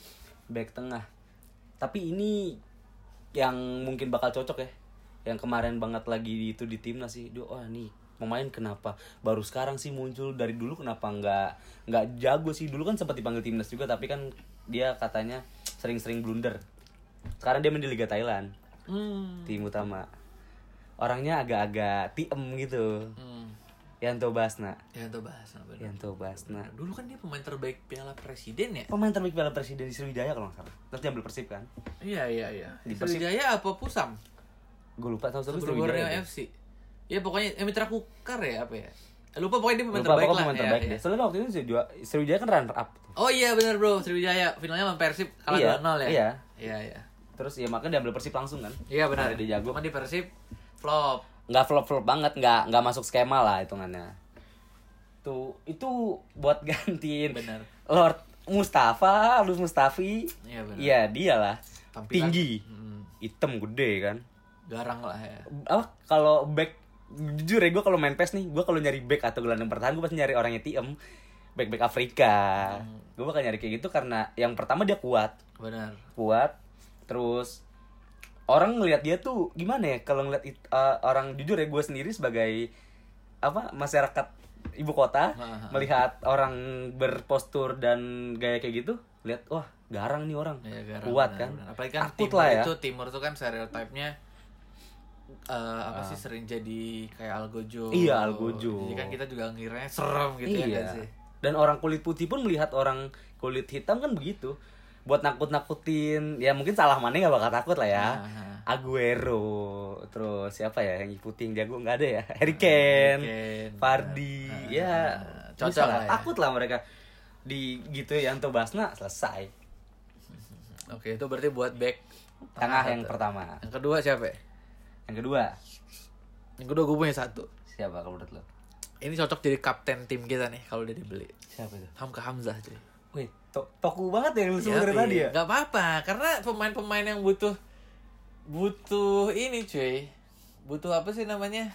Back tengah. Tapi ini yang mungkin bakal cocok ya. Yang kemarin banget lagi itu di timnas sih. Duh, oh nih pemain kenapa baru sekarang sih muncul, dari dulu kenapa nggak nggak jago sih. Dulu kan sempat dipanggil timnas juga tapi kan dia katanya sering-sering blunder. Sekarang dia main di Liga Thailand. Hmm. Tim utama. Orangnya agak-agak tiem gitu. Hmm. Yanto Basna. Yanto Basna benar. Yanto Basna. Dulu kan dia pemain terbaik Piala Presiden ya? Pemain terbaik Piala Presiden di Sriwijaya kalau nggak salah. Terus dia ambil Persib kan? Iya iya iya. Di Di Persib. Sriwijaya apa Pusam? Gue lupa tahu tapi Sebelum Borneo Sriwijaya. F C. Ya pokoknya eh, Mitra Kukar ya apa ya? Lupa pokoknya dia pemain Lupa, terbaik pokoknya lah. pemain ya, terbaik ya. deh. Soalnya waktu itu Sriwijaya, Sriwijaya kan runner up. Oh iya benar bro, Sriwijaya finalnya sama Persib kalah Iya, dua nol ya. iya. Iya iya. Terus ya makanya dia ambil Persib langsung kan? Iya benar. Karena dia jago. Cuman di Persib flop. Nggak flop-flop banget, nggak nggak masuk skema lah hitungannya. Tuh itu buat gantiin Benar. Lord Mustafa, Luz Mustafi. Iya benar. Iya dia lah. Tampilan- Tinggi, Hmm, hitam gede kan. garang lah ya. Apa kalau back, jujur ya gue kalau main PES nih, gue kalau nyari back atau gelandang pertahanan gue pasti nyari orangnya tiem, back back Afrika. Hmm. Gue bakal nyari kayak gitu karena yang pertama dia kuat, Benar. kuat, terus orang ngelihat dia tuh gimana ya, kalau ngeliat it- uh, orang, jujur ya gue sendiri sebagai apa masyarakat ibu kota Aha. melihat orang berpostur dan gaya kayak gitu, lihat wah garang nih orang, Ya, garang, kuat benar, kan, benar. Apalagi kan takut timur lah ya. itu timur tuh kan stereotipnya eh, apa sih sering jadi kayak Algojo. Iya, Algojo. Jadi kan kita juga ngiranya serem gitu ya Iya. kan sih. Dan orang kulit putih pun melihat orang kulit hitam kan begitu. Buat nakut-nakutin, ya mungkin salah mana nggak bakal takut lah ya. Nah. Aguero, terus siapa ya yang putih yang jago nggak ada ya. Harry Kane, Kane, Fardi, nah, ya nah, cocok bisa lah ya. Takut lah mereka di gitu Yanto Basna selesai. Oke, itu berarti buat back Tengah yang satu. pertama. Yang kedua siapa ya? Yang kedua Yang kedua gue punya satu. siapa kalau menurut lo? Ini cocok jadi kapten tim kita nih kalau dia dibeli. Siapa itu? Hamka Hamzah cuy. Wih, to toku banget ya yang lu sebut dari Iya, tadi ya. Gak apa-apa, karena pemain-pemain yang butuh butuh ini cuy, butuh apa sih namanya,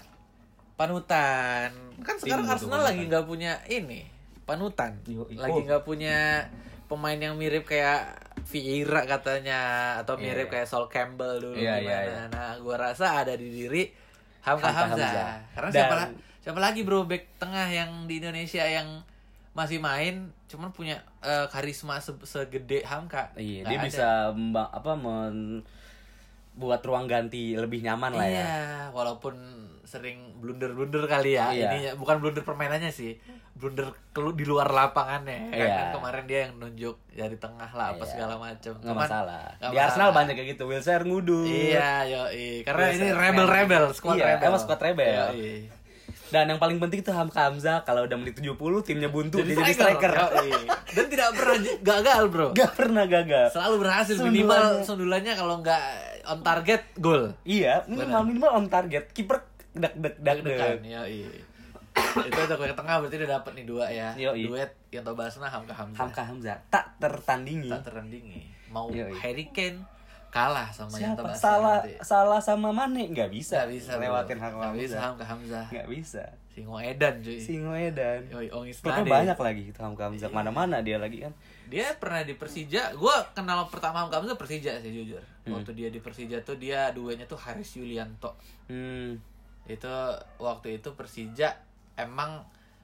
panutan. Kan Tim sekarang butuh Arsenal panutan. lagi nggak punya ini panutan, Yoi. lagi Oh. nggak punya pemain yang mirip kayak Vieira katanya, atau Iya, mirip iya. kayak Sol Campbell dulu Iya, gimana. iya, iya. Nah, gua rasa ada di diri Hamka Hamka Hamzah. Hamzah. Karena Dan- siapa la- siapa lagi bro back tengah yang di Indonesia yang masih main cuman punya eh, karisma se- segede Hamka. Iya, Nggak dia ada. bisa memba- apa men buat ruang ganti lebih nyaman lah ya. Iya, walaupun sering blunder-blunder kali ya. Iya. Ininya bukan blunder permainannya sih. Blunder kelu di luar lapangannya. Iya. Kan kemarin dia yang nunjuk dari tengah lah apa Iya. segala macam. Nggak masalah. nggak Di Arsenal masalah. banyak kayak gitu. Wilshere ngudut. Iya, yoi. Karena Biasa, ini kan. rebel-rebel, squad Iya, rebel. emang squad rebel. Yoi. Dan yang paling penting itu Hamka Hamzah kalau udah menit tujuh puluh timnya buntu Jadi dia jadi striker. striker. Yoi. Dan tidak pernah j- gagal, Bro. Gak pernah gagal. Selalu berhasil, Sundulannya. minimal sundulannya kalau nggak on target gol. Iya, minimal minimal on target. Kiper dak dak dak Deg-degan, dak. yoi. Itu udah ke tengah berarti udah dapet nih dua ya. Yoi. Duet Yanto Basna Hamka Hamzah. Hamka Hamzah tak tertandingi. Tak terandingi. Mau Yoi. Harry Kane kalah sama Yanto Siapa Basna. salah nanti. salah sama Mane nggak bisa. Nggak bisa lewatin bro. Hamka Nggak bisa Hamzah. Hamka Hamzah. Nggak bisa. Singo Edan cuy. Singo Edan. Yoi, Ongis Klubnya Nade. banyak lagi itu Hamka Hamzah. Iya. Mana-mana dia lagi kan. Dia pernah di Persija. Gua kenal pertama Hamka Hamzah Persija sih jujur. Hmm. Waktu dia di Persija tuh dia duanya tuh Haris Yulianto. Hmm. Itu waktu itu Persija emang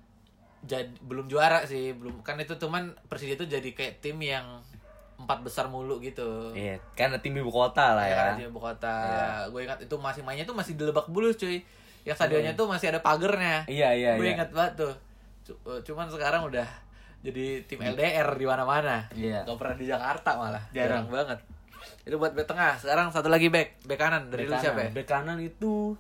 jadi belum juara sih, belum, kan itu cuman Persija itu jadi kayak tim yang empat besar mulu gitu. Iya, karena tim ibu kota lah Ya, ya. kan, di ibu kota. Iya. Gue ingat itu masih mainnya tuh masih di Lebak Bulus cuy. Yang stadionnya tuh masih ada pagernya. Iya, iya, Gue iya. ingat banget tuh. Cu- eh, Cuman sekarang udah jadi tim L D R di mana-mana. Iya. Gak pernah di Jakarta malah. Jarang Iya. banget. Itu buat back tengah. Sekarang satu lagi back, back kanan dari Bek lu siapa ya? kanan. Bek kanan itu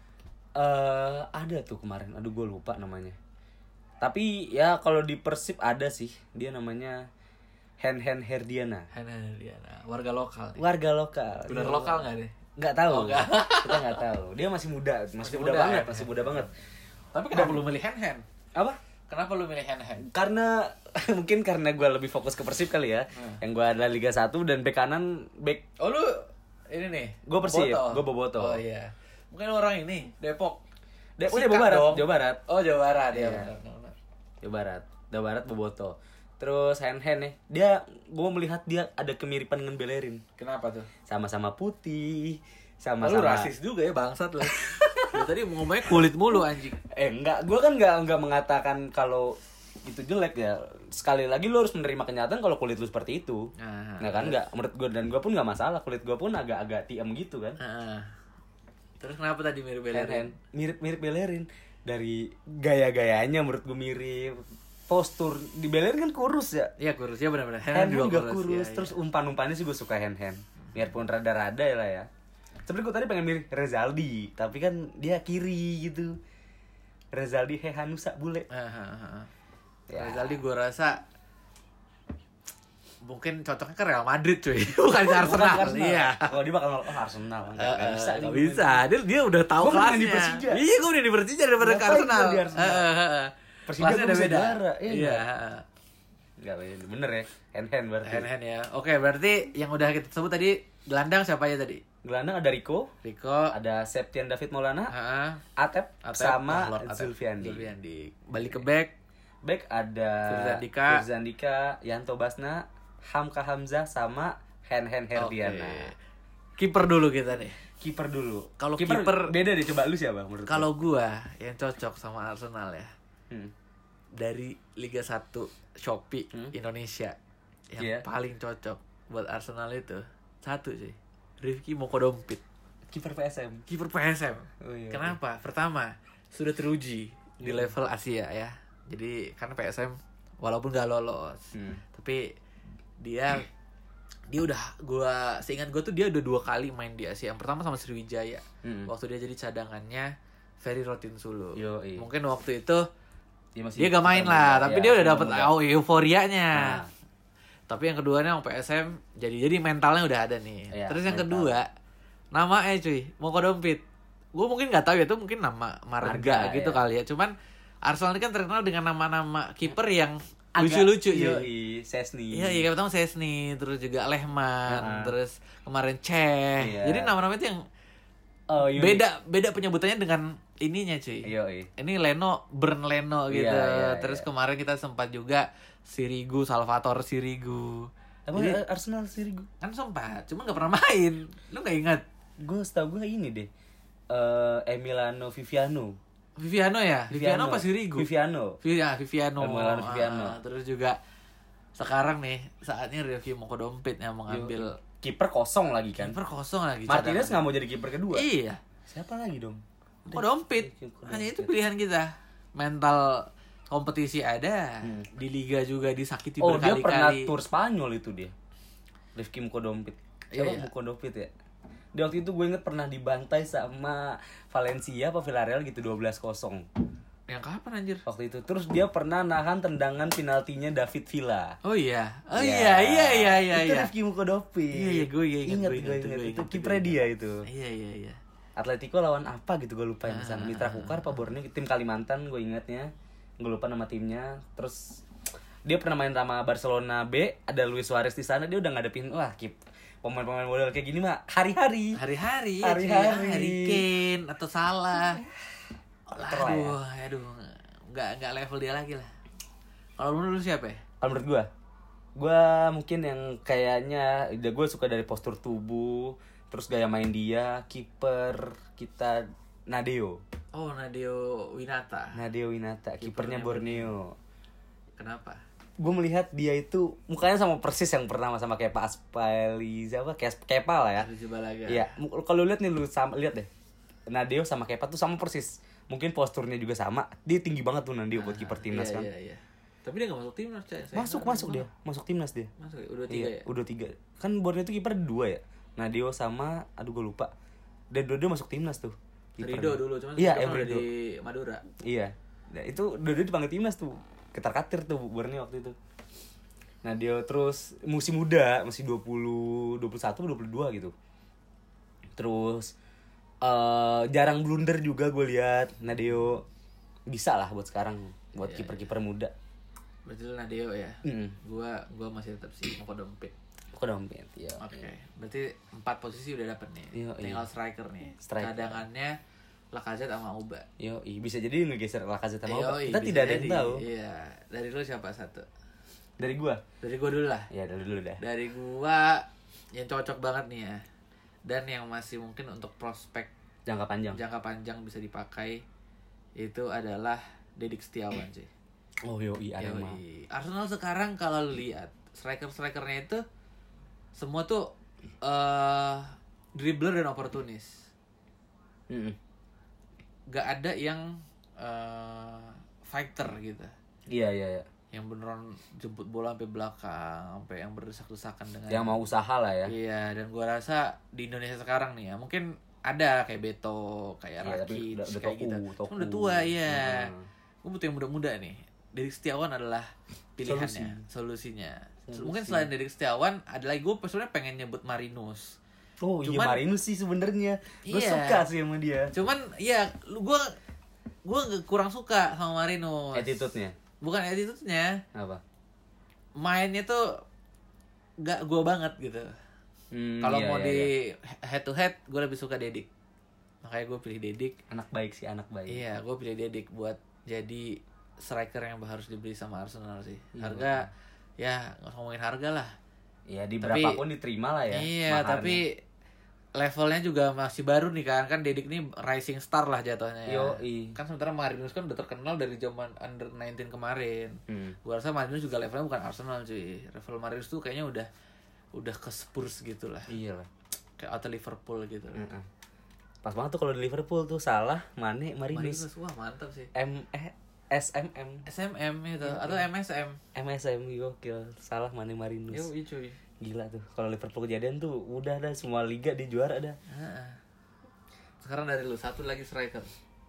eh ada tuh kemarin. Aduh gue lupa namanya. Tapi ya kalau di Persib ada sih. Dia namanya Hen Hen Herdiana. Hana Diana, warga lokal. nih. Warga lokal. Bener Iya. lokal nggak deh? Nggak tahu. Oh, nggak. Kita nggak tahu. Dia masih muda, masih, Masih muda, muda, banget, ya? masih muda banget. Tapi kenapa lu milih hand hand? Apa? Kenapa lu milih hand hand? Karena mungkin karena gue lebih fokus ke Persib kali ya. Hmm. Yang gue adalah Liga satu dan bek kanan bek Oh lu ini nih. Gua Persib, Boboto. gua Boboto. Oh iya. Mungkin orang ini Depok. De- oh, Sikat Jawa Barat, dong. Jawa Barat. Oh Jawa Barat ya. Iya. Benar, benar, benar. Jawa Barat. Jawa Barat Boboto. Terus hand hand ya. Dia gue melihat dia ada kemiripan dengan Bellerin. Kenapa tuh? Sama-sama putih, Lu sama-sama rasis juga ya bangsat lu. Lu tadi mau ngomongnya kulit mulu anjing. Eh enggak, gue kan enggak enggak mengatakan kalau itu jelek ya. Sekali lagi lu harus menerima kenyataan kalau kulit lu seperti itu. Nah, Nah kan enggak, menurut gue dan gue pun enggak masalah, kulit gue pun agak-agak tiem gitu kan. Heeh. Terus kenapa tadi mirip Hand hand. Bellerin? Mirip-mirip Bellerin dari gaya-gayanya menurut gue mirip. Postur di Bellerin kan kurus ya. Iya kurus ya benar-benar. Hand hand juga kurus, kurus. Ya, terus ya. umpan-umpannya sih gue suka hand hand. Biarpun rada-rada ya lah ya. Sebenernya gue tadi pengen mirip Rezaldi, tapi kan dia kiri gitu. Rezaldi Hehanusa bule. Heeh. Ya. Rezaldi gue rasa mungkin cocoknya ke Real Madrid cuy, bukan ke Arsenal. Bukan Arsenal. Iya. Oh dia bakal oh Arsenal. Enggak Nggak bisa. Nggak bisa. Dia dia udah tahu Gua mendingan kelasnya. di Persija. Iya, gue udah di Persija daripada ke Ngapain Arsenal. gua di Arsenal? Heeh, heeh. Persija Kelasnya gua udah bisa beda. juara, iya Iya. nggak? heeh. Enggak bener ya. Hand hand berarti. Hand hand ya. Oke, berarti yang udah kita sebut tadi gelandang siapa aja tadi? Gelandang ada Rico, Rico, ada Septian David Maulana, heeh, Atep, Atep, sama ah, Lord Atep. Zulfiandi. Zulfiandi. Balik ke back. Back ada Firzandika. Firzandika, Yanto Basna, Hamka Hamzah sama Hen Hen Herdiana. Oke. Kiper dulu kita nih. Kiper dulu. Kalau kiper kiper- beda deh, coba lu siapa menurut lu? Kalau gua yang cocok sama Arsenal ya. Hmm. Dari Liga satu Shopee Hmm. Indonesia yang Iya. paling cocok buat Arsenal itu satu sih, Rifki Mokodompit, Kiper P S M. kiper P S M. Oh, iya. Kenapa? Pertama, sudah teruji di Iya. level Asia ya. Jadi karena P S M walaupun gak lolos, Hmm. tapi dia dia udah gua seingat gua tuh dia udah dua kali main di Asia. Yang pertama sama Sriwijaya. Hmm. Waktu dia jadi cadangannya Ferry Rotinsulu. Yoi. Mungkin waktu itu Dia, masih dia gak main muda, lah, ya, tapi dia udah muda dapet muda. oh, euforianya. Nah. Tapi yang keduanya sama P S M, jadi jadi mentalnya udah ada nih. Iya, Terus yang mental. kedua, namanya cuy, Mokodompit. Gue mungkin nggak tahu ya itu mungkin nama marga Marga, gitu iya. kali ya. Cuman Arsenal ini kan terkenal dengan nama-nama kiper yang Agak- lucu-lucu cuy. Yoi, Sesni. Iya, iya pertama Sesni, terus juga Lehman, Nah. terus kemarin Ceh. Iya. Jadi nama-nama itu yang Oh, unik. beda beda penyebutannya dengan ininya cuy. Yoi. Ini Leno, Bern Leno gitu. Iya, iya, Terus iya. kemarin kita sempat juga Sirigu, Salvatore Sirigu. Apa Jadi, Arsenal sih gue? kan sempat, cuma nggak pernah main. Lu nggak ingat? Gue setahu gue ini deh. Eh Emiliano Viviano. Viviano ya? Viviano, apa Sirigu? Viviano. Vi- ya, Viviano. Emiliano Viviano. Ah, terus juga sekarang nih saatnya review Mokodompit yang mengambil Kiper kosong lagi kan. kiper kosong lagi. Martinez cadangan. nggak mau jadi kiper kedua. Iya. Siapa lagi dong? Mokodompit. Mokodompit. Hanya itu pilihan kita. Mental kompetisi ada, Hmm. di liga juga disakiti Oh dia pernah berkali-kali. tur Spanyol itu dia. Rifki Mukodompit. Siapa Iya, iya. Mukodompit ya? Di waktu itu gue inget pernah dibantai sama Valencia apa Villarreal gitu dua belas kosong. Yang kapan anjir? Waktu itu terus dia pernah nahan tendangan penaltinya David Villa. Oh iya. Oh Ya, iya, iya, iya, iya, Itu iya. Rifki Mukodompit. Iya, iya, gue ingat, Ingat, gue gue ingat, ingat. gue Itu ingat, kipernya gue dia itu. Iya, iya, iya. Atletico lawan apa gitu gue lupa yang sana. Ah, Mitra Kukar apa Borneo tim Kalimantan gue ingatnya. Gue lupa nama timnya. Terus dia pernah main sama Barcelona B, ada Luis Suarez di sana, dia udah ngadepin wah kip pemain-pemain model kayak gini mah hari-hari. Hari-hari, Hari-hari. ya, Harry Kane atau Salah. Terus ya. Aduh, aduh, nggak nggak level dia lagi lah. Kalau menurut lu siapa ya? Kalau menurut gue, gue mungkin yang kayaknya udah gue suka dari postur tubuh, terus gaya main dia, kiper kita Nadeo. Oh, Nadeo Winata. Nadeo Winata, kipernya Kipernya Borneo. Kenapa? Gue melihat dia itu mukanya sama persis yang pernah sama kayak Pak Aspali siapa kayak Kepa lah ya. Harus coba lagi. Iya, mu- kalau lihat nih lu sama lihat deh. Nadeo sama Kepa tuh sama persis. Mungkin posturnya juga sama. Dia tinggi banget tuh Nadeo buat kiper timnas iya, kan. Iya, iya. Tapi dia nggak masuk timnas, Cak. Sayang Masuk banget. masuk dia, masuk timnas dia. Masuk ya? Udah tiga Iya, ya? udah tiga. Kan Borneo itu kiper dua ya. Nadeo sama aduh gue lupa. Dan dua-dua masuk timnas tuh. kipernya. Rido dulu, cuman Iya, sekarang Em udah Rido. di Madura. Iya. Nah, itu dua-dua dipanggil timnas tuh. Ketar-katir tuh Borneo waktu itu. Nah, dia terus musim muda, masih dua puluh, dua puluh satu, dua puluh dua gitu. Terus eh jarang blunder juga gue lihat. Nadeo bisa lah buat sekarang buat Iya, kiper-kiper muda. Berarti lu Nadeo ya? Mm. Gua gua masih tetap sih mau Dompet. Kok dompet ya. Oke. Berarti empat posisi udah dapet nih. Iya, iya. Tinggal striker nih. Striker. Cadangannya Lacazette sama Uba. Yo, bisa jadi ngegeser Lacazette sama Oba. Yoi, Kita bisa tidak ada yang jadi. tahu. Iya. Dari lu siapa satu? Dari gua. Dari gua dulu lah. Ya, dari dulu dah. Dari gua yang cocok banget nih ya. Dan yang masih mungkin untuk prospek Jangka panjang. jangka panjang bisa dipakai itu adalah Dedik Setiawan sih. Oh yoi, Arema. Yoi. Arsenal sekarang kalau lu lihat striker-strikernya itu semua tuh uh, dribbler dan oportunis. Mm-mm. Gak ada yang uh, fighter gitu. Iya, iya, iya. Yang beneran jemput bola sampai belakang, sampai yang berdesak-desakan dengan Yang mau usaha lah ya. Iya, dan gua rasa di Indonesia sekarang nih ya, mungkin ada kayak Beto, kayak Iya, tapi Rakitic, udah- udah kayak toku, gitu. toku. Cuma udah tua, iya. Hmm. Gue butuh yang muda-muda nih. Dedik Setiawan adalah pilihannya, solusinya. Solusi. Mungkin selain Dedik Setiawan, ada lagi gue personalnya pengen nyebut Marinus. Oh iya, Cuman- Marinus sih sebenarnya. Gue Iya. suka sih sama dia. Cuman ya lu gue gue kurang suka sama Marinus. Attitude-nya. Bukan attitude-nya, Apa? mainnya tuh gak gue banget gitu. Hmm, Kalau iya, mau iya, di iya. head to head, gue lebih suka Dedik. Makanya gue pilih Dedik. Anak baik sih, anak baik. Iya, gue pilih Dedik buat jadi striker yang harus dibeli sama Arsenal sih. Iya. Harga, ya nggak usah ngomongin harga lah. Iya, di Tapi- berapapun diterima lah ya. Iya, maharnya. tapi levelnya juga masih baru nih kan. Kan Dedik nih rising star lah jatuhnya ya. Yoi. Kan sementara Marinus kan udah terkenal dari zaman under sembilan belas kemarin. Hmm. Gue rasa Marinus juga levelnya bukan Arsenal cuy. Level Marinus tuh kayaknya udah udah ke Spurs gitu lah. Iya lah. Kayak atau Liverpool gitu. Heeh. Pas banget tuh kalau di Liverpool tuh salah Mane Marinus. Marinus, wah mantap sih. M eh S M M S M M itu atau M S M. M S M gokil. Salah Mane Marinus. Yo, iya cuy. Gila tuh. Kalau Liverpool kejadian tuh udah dah semua liga di juara dah. Heeh. Sekarang dari lu satu lagi striker.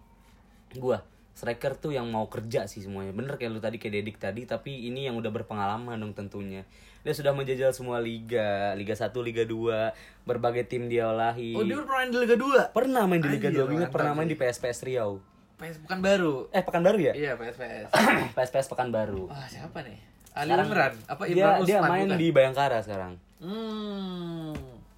Gua striker tuh yang mau kerja sih semuanya. Bener kayak lu tadi kayak Dedik tadi, tapi ini yang udah berpengalaman dong tentunya. Dia sudah menjajal semua liga, Liga satu, Liga dua, berbagai tim dia olahi. Oh, dia pernah main di Liga dua. Pernah main di Liga Anjir, dua, gue ingat mantap pernah main sih. di P S P S Riau. P S Pekanbaru. Eh, Pekanbaru ya? Iya, P S P S. P S P S Pekanbaru. Wah, siapa nih? Ali Sekarang Imran. Apa dia, Imran dia Usman main bukan? di Bayangkara sekarang. Hmm.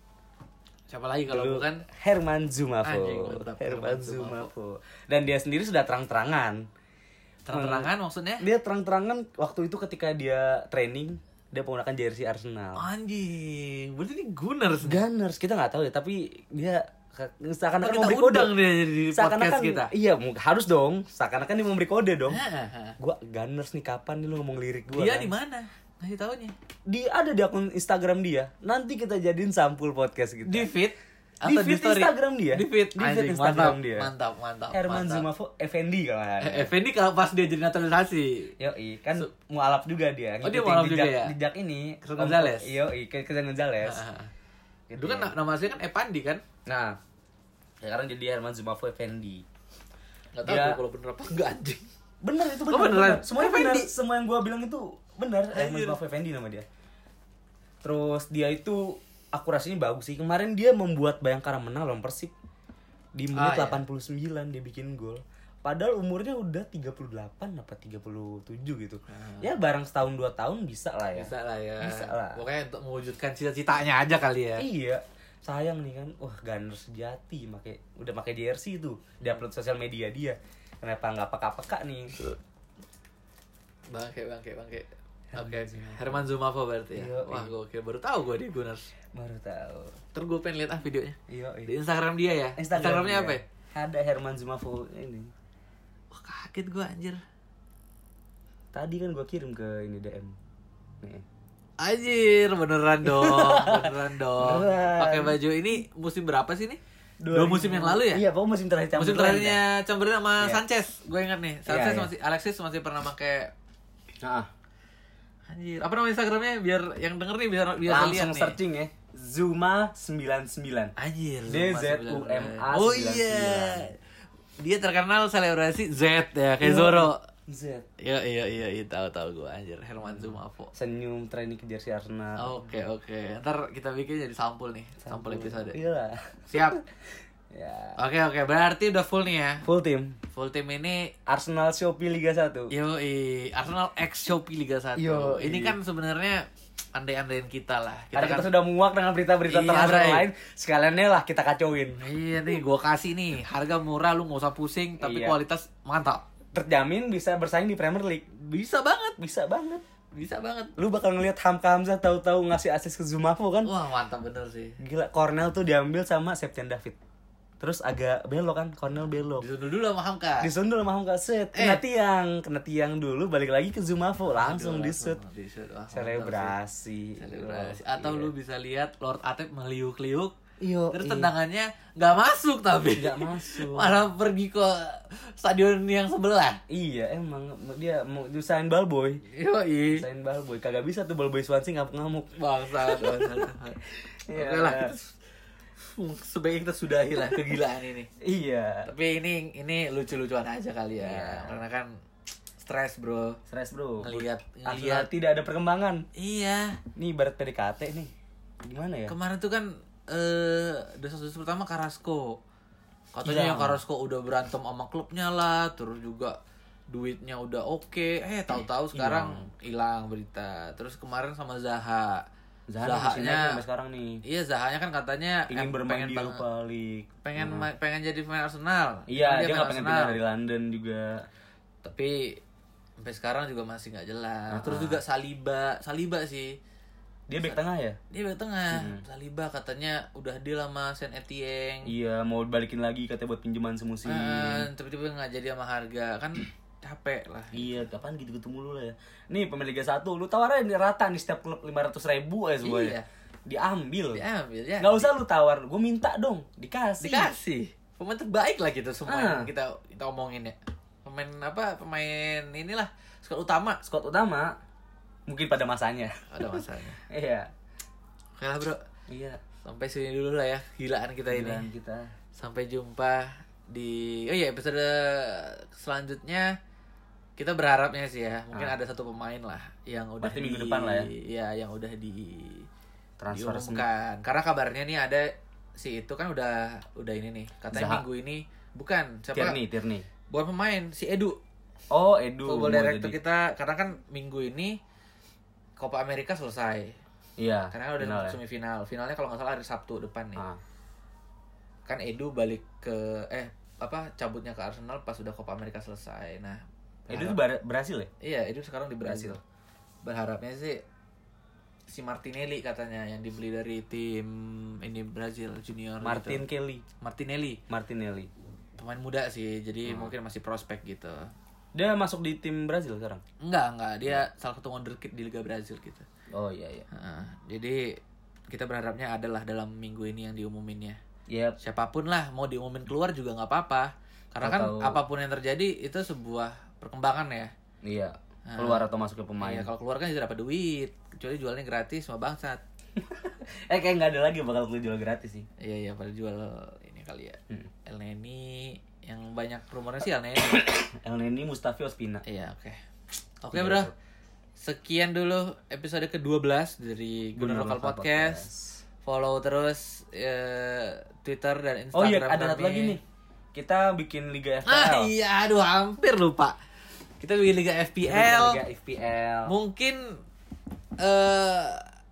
Siapa lagi kalau Dulu bukan? Herman Zumafo. Anjing, mantap. Herman Herman Zumafo. Dan dia sendiri sudah terang-terangan. Terang-terangan maksudnya? Dia terang-terangan waktu itu ketika dia training, dia menggunakan jersey Arsenal. Anjing, berarti ini Gunners. Gunners, kita nggak tahu ya, tapi dia ke- seakan-akan Kita memberi kode. undang dia jadi di podcast Seakan-akan kita. iya, mu- harus dong. Seakan-akan dia memberi kode dong. Hah, Gua Gunners nih, kapan nih lu ngomong lirik gua? Dia kan? di mana? Ngasih taunya. Di ada di akun Instagram dia. Nanti kita jadiin sampul podcast kita. Di feed Di atau feed story? Instagram dia. Di feed, Di feed Anjing, Instagram mantap, dia. Mantap, mantap. Herman mantap. Zumafo Effendi kalau nggak salah. Eh, Effendi kalau pas dia jadi naturalisasi. Yoi, kan mualaf juga dia. Oh, dia ngikutin mualaf juga jejak- ya? Jejak ini. Christian Gonzalez? Yoi, ke Christian Gonzalez. Ah, ah. Gitu Dulu kan ya. na- nama aslinya kan Epandi kan? Nah, sekarang jadi Herman Zumafo Effendi. Enggak tahu Dia- gua kalau bener apa enggak anjing. Bener itu bener. Oh, beneran? bener. Semuanya bener. Effendi? Semua yang gua bilang itu bener. Herman Anjir. Zumafo Effendi nama dia. Terus dia itu akurasinya bagus sih. Kemarin dia membuat Bayangkara menang lawan Persib. Di menit Ah, iya. delapan puluh sembilan dia bikin gol. Padahal umurnya udah tiga puluh delapan apa tiga puluh tujuh gitu. Ya barang setahun dua tahun bisa lah ya. Bisa lah ya. Bisa lah. Pokoknya untuk mewujudkan cita-citanya aja kali ya. Iya. Sayang nih kan. Wah, Gunners sejati make udah pakai jersey tuh. Dia upload sosial media dia. Kenapa nggak peka-peka nih? Bangke, bangke, bangke. Oke, Herman Zumafo berarti ya. Iya, Wah, iya. gue baru tahu gue di Gunners. Baru tahu. Terus gue pengen lihat ah videonya. Iya, Di Instagram dia ya. Instagramnya dia. apa ya? Ada Herman Zumafo ini. Wah, kaget gue anjir. Tadi kan gua kirim ke ini D M. Nih. Anjir, beneran dong, beneran dong. Beneran. Pakai baju ini musim berapa sih nih? Dua musim yang lalu ya? Iya, pokoknya musim terakhir Musim Chamberlain, terakhirnya Chamberlain sama Iya. Sanchez. Gue ingat nih. Sanchez Iya, iya. masih Alexis masih pernah pakai. kan? Nah, Anjir, apa nama Instagramnya biar yang denger nih biar biar langsung lihat nih. searching ya. Zuma sembilan sembilan. Anjir. D Z U M A Oh sembilan sembilan. iya. Dia terkenal selebrasi Z ya, kayak Iya. Zoro. Z. Iya iya iya, iya tahu tahu gue anjir Herman Zumafo. Senyum training ke jersey Arsenal. Oke oke, ntar kita bikin jadi sampul nih, sampul, episode. Iya lah. Siap. Ya. Oke oke, berarti udah full nih ya. Full team. Full tim ini Arsenal Shopee Liga satu. yo Arsenal X Shopee Liga satu. Yoi. Ini kan sebenarnya andai-andaiin kita lah. Karena kan kita sudah muak dengan berita-berita Iya, tentang Arsenal Bray. lain, sekaliannya lah kita kacauin. Iya nih, gua kasih nih harga murah, lu nggak usah pusing, tapi Iya. kualitas mantap. Terjamin bisa bersaing di Premier League. Bisa banget. Bisa banget. Bisa banget. Lu bakal ngelihat Hamka Hamzah tahu-tahu ngasih asis ke Zumafo kan? Wah, mantap bener sih. Gila, Cornell tuh diambil sama Septian David. Terus agak belok kan, Cornell belok. Disundul dulu sama Hamka. Disundul sama Hamka, set. Kena Eh. tiang, kena tiang dulu, balik lagi ke Zumafo, langsung Aduh, disut. langsung disut. Wah, mantap Selebrasi. sih. Selebrasi. Oh, Atau iya. lu bisa lihat Lord Atep meliuk-liuk. Iyo, Terus iya. tendangannya nggak masuk tapi. Nggak masuk. Malah pergi ke stadion yang sebelah. Iya, emang dia mau usahain ballboy. Yoi. Usahain ballboy. Kagak bisa tuh ballboy Swansea ngamuk-ngamuk. Bangsat, bangsat. Iya. Oke lah. Sebaiknya kita sudahi lah kegilaan ini. Iya. Tapi ini ini lucu-lucuan aja kali ya. Iya. Karena kan stres, Bro. Stres, Bro. Ngelihat Arsenal ngelihat tidak ada perkembangan. iya. Nih ibarat P D K T nih. Gimana ya? Kemarin tuh kan eh desas-desus pertama Carrasco. Katanya Iya. yang Carrasco udah berantem sama klubnya lah, terus juga duitnya udah oke. Eh, tahu-tahu sekarang hilang berita. Terus kemarin sama Zaha. Zaha Zahanya sampai sekarang nih. Iya, Zahanya kan katanya Ingin em- bermain pengen di bang- Europa League. pengen ma- pengen jadi pemain Arsenal. Iya, Emang dia main nggak pengen Arsenal. pindah dari London juga. Tapi sampai sekarang juga masih nggak jelas. Ah. Terus juga Saliba, Saliba sih. Dia bek tengah ya? Dia bek tengah. Hmm. Saliba katanya udah deal sama Saint Etienne. Iya, mau balikin lagi katanya buat pinjaman semusim. Ah, tiba-tiba nggak jadi sama harga kan capek lah. Iya, kapan gitu-gitu mulu lah ya. Nih pemain Liga satu, lu tawarin rata nih setiap klub lima ratus ribu ya semuanya. Iya. Diambil. Diambil ya. Nggak usah lu tawar, gue minta dong, dikasih. Dikasih. Pemain terbaik lah gitu semua Ah. yang kita kita omongin ya. Pemain apa? Pemain inilah squad utama. Squad utama mungkin pada masanya. Ada masanya. Iya. Oke lah, Bro. Iya. Sampai sini dulu lah ya gilaan kita Giliran ini. kita. Sampai jumpa di oh iya episode selanjutnya. Kita berharapnya sih ya, mungkin Ah. ada satu pemain lah yang udah Berarti di, minggu depan lah ya? Iya, yang udah di Transfer resmi. diumumkan. Karena kabarnya nih ada si itu kan udah udah ini nih. Katanya Zaha. minggu ini bukan siapa? Tierney, Tierney. Bukan pemain, si Edu. Oh, Edu. Football mau director jadi. kita karena kan minggu ini Copa America selesai. Iya. Karena kan udah final ya. semifinal. Finalnya kalau nggak salah hari Sabtu depan nih. Ah. Kan Edu balik ke eh apa cabutnya ke Arsenal pas udah Copa America selesai. Nah, Edu tuh berharap- bar- berhasil ya? iya, Edu sekarang di Brasil. Berharapnya sih si Martinelli katanya yang dibeli dari tim ini Brazil junior Martin gitu. Kelly. Martinelli. Martinelli. Pemain muda sih, jadi mungkin masih prospek gitu. Dia masuk di tim Brazil sekarang. Enggak, enggak. Dia salah satu wonderkid di Liga Brazil gitu. Oh iya iya. Heeh. Jadi kita berharapnya adalah dalam minggu ini yang diumuminnya. Yep. Siapapun lah mau diumumin keluar juga nggak apa-apa. Karena kan Atau- apapun yang terjadi itu sebuah perkembangan ya. Iya. Keluar atau masuk ke pemain. Iya, kalau keluar kan tidak dapat duit, kecuali jualnya gratis sama bangsat. eh kayak nggak ada lagi bakal lu jual gratis sih. Iya, iya, pada jual ini kali ya. Hmm. El Neni yang banyak rumornya sih El Neni. El Neni, Mustafi, Ospina. Iya, oke. Oke, Tiga Bro. itu. Sekian dulu episode kedua belas dari Gunner Gunner Lokal Lokal Podcast. Follow terus eh, Twitter dan Instagram. Oh iya, ada satu kami. lagi nih. Kita bikin Liga F P L. Ah iya, aduh hampir lupa. Kita bikin Liga F P Kita bikin L. Liga F P L. Mungkin eh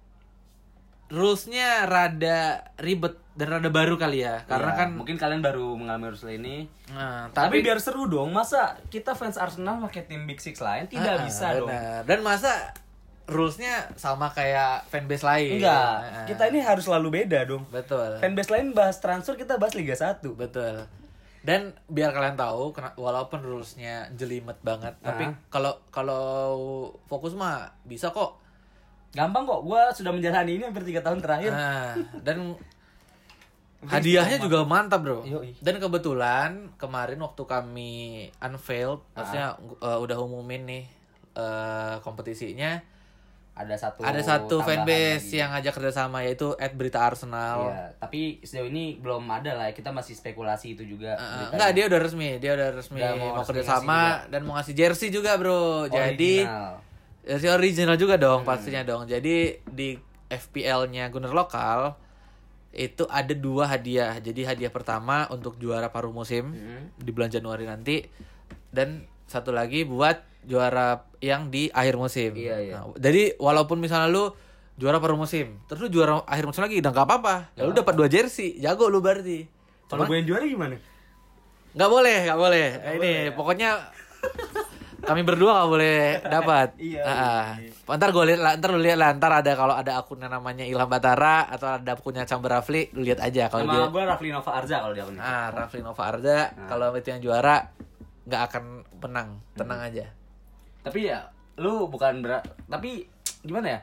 rules-nya rada ribet dan rada baru kali ya. Karena Iya, kan mungkin kalian baru mengalami rules ini. nah, Tapi, tapi, biar seru dong. Masa kita fans Arsenal pakai tim Big Six lain? Tidak Ah, bisa dong. benar. Dan masa rules-nya sama kayak fanbase lain? Enggak. Ah, Kita ini harus selalu beda dong. betul. Fanbase lain bahas transfer, kita bahas Liga satu. Betul. Dan biar kalian tahu, kena- walaupun rules-nya jelimet banget, tapi Ah. kalau kalau fokus mah bisa kok. Gampang kok. Gua sudah menjalani ini hampir tiga tahun terakhir. Nah, dan hadiahnya juga mantap, Bro. Yoi. Dan kebetulan kemarin waktu kami unveiled, Ah. maksudnya uh, udah umumin nih uh, kompetisinya, Ada satu ada satu tambahan fanbase lagi. yang ngajak kerjasama yaitu at Berita Arsenal. Iya, tapi sejauh ini belum ada lah. Kita masih spekulasi itu juga. Uh, beritanya. enggak, dia udah resmi, dia udah resmi Udah mau mau, resmi kerjasama dan mau ngasih jersey juga, Bro. Jadi Original. jersey original juga dong, Hmm. pastinya dong. Jadi di F P L-nya Gunner Lokal itu ada dua hadiah. Jadi hadiah pertama untuk juara paruh musim Hmm. di bulan Januari nanti, dan satu lagi buat juara yang di akhir musim. Iya, iya. Nah, jadi walaupun misalnya lu juara paruh musim, terus lu juara akhir musim lagi, udah nggak apa-apa. Ya lu dapat dua jersey, jago lu berarti. Kalau Cuman gue yang juara gimana? nggak boleh, nggak boleh. Nah, ini pokoknya Kami berdua gak boleh dapat. Iya, Ah, iya. ntar gue lihat lah, ntar lu lihat lah, ntar ada kalau ada akunnya namanya Ilham Batara atau ada akunnya Chamber Rafli, lu lihat aja kalau dia. Nama gue Rafli Nova Arza kalau dia punya. Ah, Rafli Nova Arza, kalau itu yang juara nggak akan menang, tenang aja. Tapi ya lu bukan ber tapi gimana ya?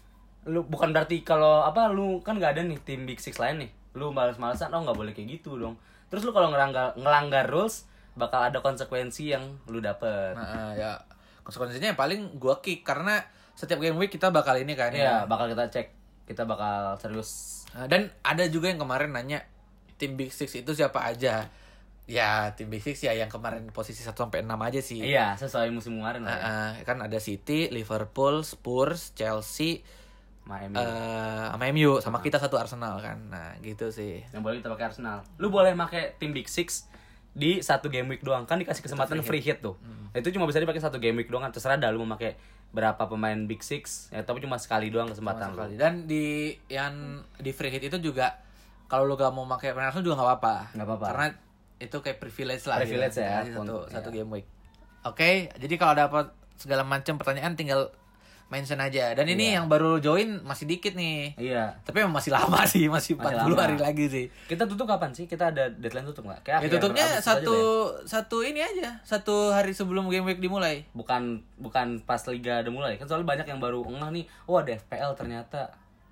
Lu bukan berarti kalau apa lu kan nggak ada nih tim Big Six lain nih. Lu malas-malasan oh nggak boleh kayak gitu dong. Terus lu kalau ngelanggar ngelanggar rules bakal ada konsekuensi yang lu dapet. Nah, ya konsekuensinya yang paling gua kick karena setiap game week kita bakal ini kan. Iya, bakal kita cek. Kita bakal serius. Nah, dan ada juga yang kemarin nanya tim Big Six itu siapa aja. Ya, tim Big Six ya yang kemarin posisi satu sampai enam aja sih. Iya, sesuai musim kemarin lah. Ya. Nah, kan ada City, Liverpool, Spurs, Chelsea, sama M U. eh sama M U, sama kita satu Arsenal kan. Nah, gitu sih. Yang boleh kita pakai Arsenal. Lu boleh pakai tim Big Six di satu game week doang. Kan dikasih kesempatan free hit, tuh. Hmm. Itu cuma bisa dipakai satu game week doang. Terserah dah lu mau pakai berapa pemain Big Six, ya tapi cuma sekali doang kesempatan Sekali. Dan di yang di free hit itu juga kalau lu gak mau pakai pemain Arsenal juga gak apa-apa. Gak apa-apa. Karena itu kayak privilege lah. Privilege gitu. ya, Satu untuk, satu ya. game week. Oke, jadi kalau ada apa segala macam pertanyaan tinggal mention aja. Dan ini Iya. yang baru join masih dikit nih. Iya. Tapi emang masih lama sih, masih empat puluh lama. hari lagi sih. Kita tutup kapan sih? Kita ada deadline tutup nggak? Kayak Ya akhir tutupnya Agustus satu aja deh. satu ini aja, satu hari sebelum game week dimulai. Bukan bukan pas liga udah mulai. Kan soalnya banyak yang baru ngeh nih. Oh, ada F P L ternyata.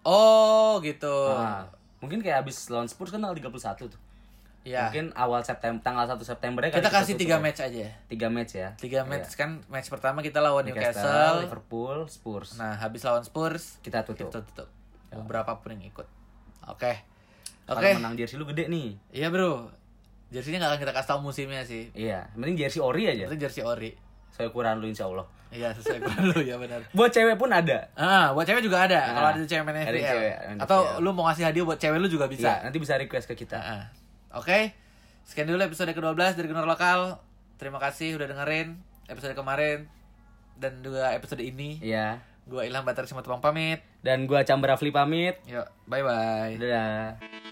Oh, gitu. Nah, mungkin kayak abis lawan Spurs kan tanggal tiga puluh satu tuh. Ya. Mungkin awal September tanggal satu September Kita kasih tiga match aja. Tiga match ya. Tiga match kan, match pertama kita lawan Newcastle, Newcastle, Liverpool, Spurs. nah habis lawan Spurs Kita tutup. kita tutup. Beberapa pun yang ikut. Oke. Kalau Oke. menang jersey lu gede nih. Iya bro. Jersey-nya gak akan kita kasih tahu musimnya sih. Iya, yang penting jersey ori aja. Itu jersey ori. Saya ukuran lu insya Allah. Iya sesuai ukuran lu ya benar. Buat cewek pun ada. Ah, buat cewek juga ada. Ah, Kalau ada cewek main ada F P L. cewek main Atau F P L. lu mau ngasih hadiah buat cewek lu juga bisa. Bisa. Nanti bisa request ke kita. Ah, ah. Oke. Sekian dulu episode kedua belas dari Gunur Lokal. Terima kasih udah dengerin episode kemarin dan juga episode ini. Iya. Gua Ilham Batara Simatupang pamit. Dan gua Chamber Rafli pamit. Yuk, bye bye. Dadah.